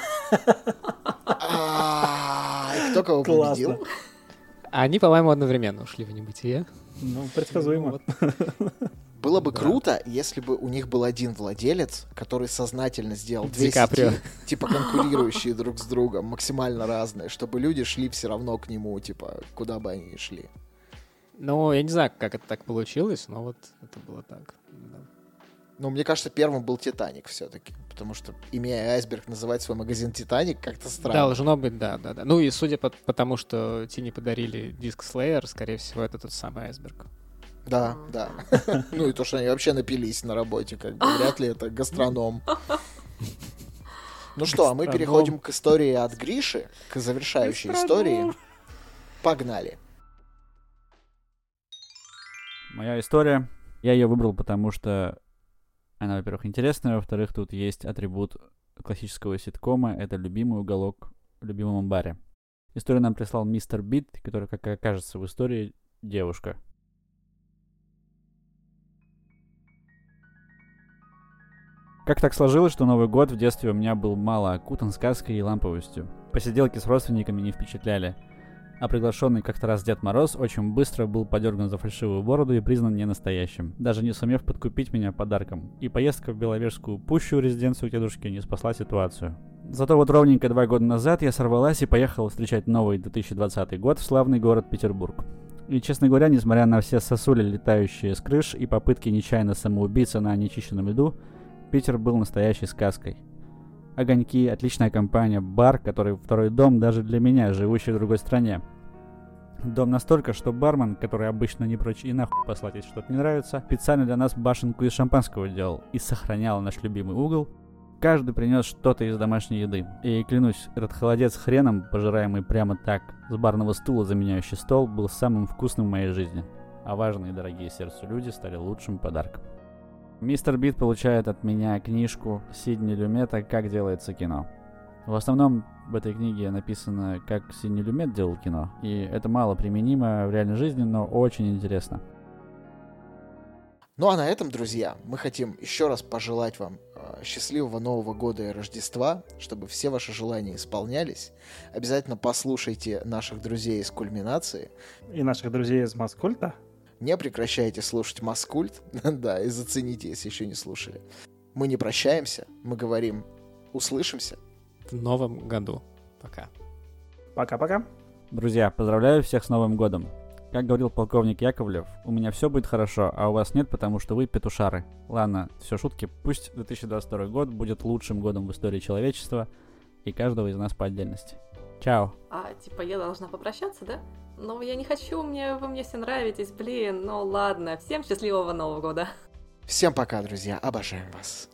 Кто кого победил? Они, по-моему, одновременно ушли в небытие. Предсказуемо. Было бы круто, если бы у них был один владелец, который сознательно сделал две Каприо. сети, типа конкурирующие друг с другом, максимально разные, чтобы люди шли все равно к нему, типа, куда бы они ни шли. Я не знаю, как это так получилось, но вот это было так. Да. Мне кажется, первым был «Титаник» все-таки, потому что, имея «Айсберг», называть свой магазин «Титаник» как-то странно. Должно быть, да. И судя по тому, что Тине подарили диск Slayer, скорее всего, это тот самый «Айсберг». Да. И то, что они вообще напились на работе, вряд ли это гастроном. Ну что, а мы переходим к истории от Гриши, к завершающей истории. Погнали. Моя история. Я ее выбрал, потому что она, во-первых, интересная, во-вторых, тут есть атрибут классического ситкома. Это любимый уголок в любимом баре. Историю нам прислал мистер Бит, который, как окажется в истории, девушка. Как так сложилось, что Новый год в детстве у меня был мало окутан сказкой и ламповостью. Посиделки с родственниками не впечатляли. А приглашенный как-то раз Дед Мороз очень быстро был подерган за фальшивую бороду и признан ненастоящим, даже не сумев подкупить меня подарком. И поездка в Беловежскую пущу, резиденцию дедушки, не спасла ситуацию. Зато вот ровненько 2 года назад я сорвалась и поехала встречать новый 2020 год в славный город Петербург. И, честно говоря, несмотря на все сосули, летающие с крыш, и попытки нечаянно самоубийца на нечищенном льду, Питер был настоящей сказкой. Огоньки, отличная компания, бар, который второй дом даже для меня, живущий в другой стране. Дом настолько, что бармен, который обычно не прочь и нахуй послать, если что-то не нравится, специально для нас башенку из шампанского делал и сохранял наш любимый угол. Каждый принес что-то из домашней еды. И клянусь, этот холодец с хреном, пожираемый прямо так, с барного стула заменяющий стол, был самым вкусным в моей жизни. А важные и дорогие сердцу люди стали лучшим подарком. Мистер Бит получает от меня книжку Сидни Люмета «Как делается кино». В основном в этой книге написано, как Сидни Люмет делал кино, и это мало применимо в реальной жизни, но очень интересно. Ну а на этом, друзья, мы хотим еще раз пожелать вам счастливого Нового года и Рождества, чтобы все ваши желания исполнялись. Обязательно послушайте наших друзей из Кульминации. И наших друзей из Маскульта. Не прекращайте слушать Маскульт, да, и зацените, если еще не слушали. Мы не прощаемся, мы говорим услышимся. В новом году. Пока. Пока-пока. Друзья, поздравляю всех с Новым годом. Как говорил полковник Яковлев, у меня все будет хорошо, а у вас нет, потому что вы петушары. Ладно, все шутки, пусть 2022 год будет лучшим годом в истории человечества и каждого из нас по отдельности. Чао. Я должна попрощаться, да? Но я не хочу, вы мне все нравитесь, ну ладно. Всем счастливого Нового года. Всем пока, друзья, обожаем вас.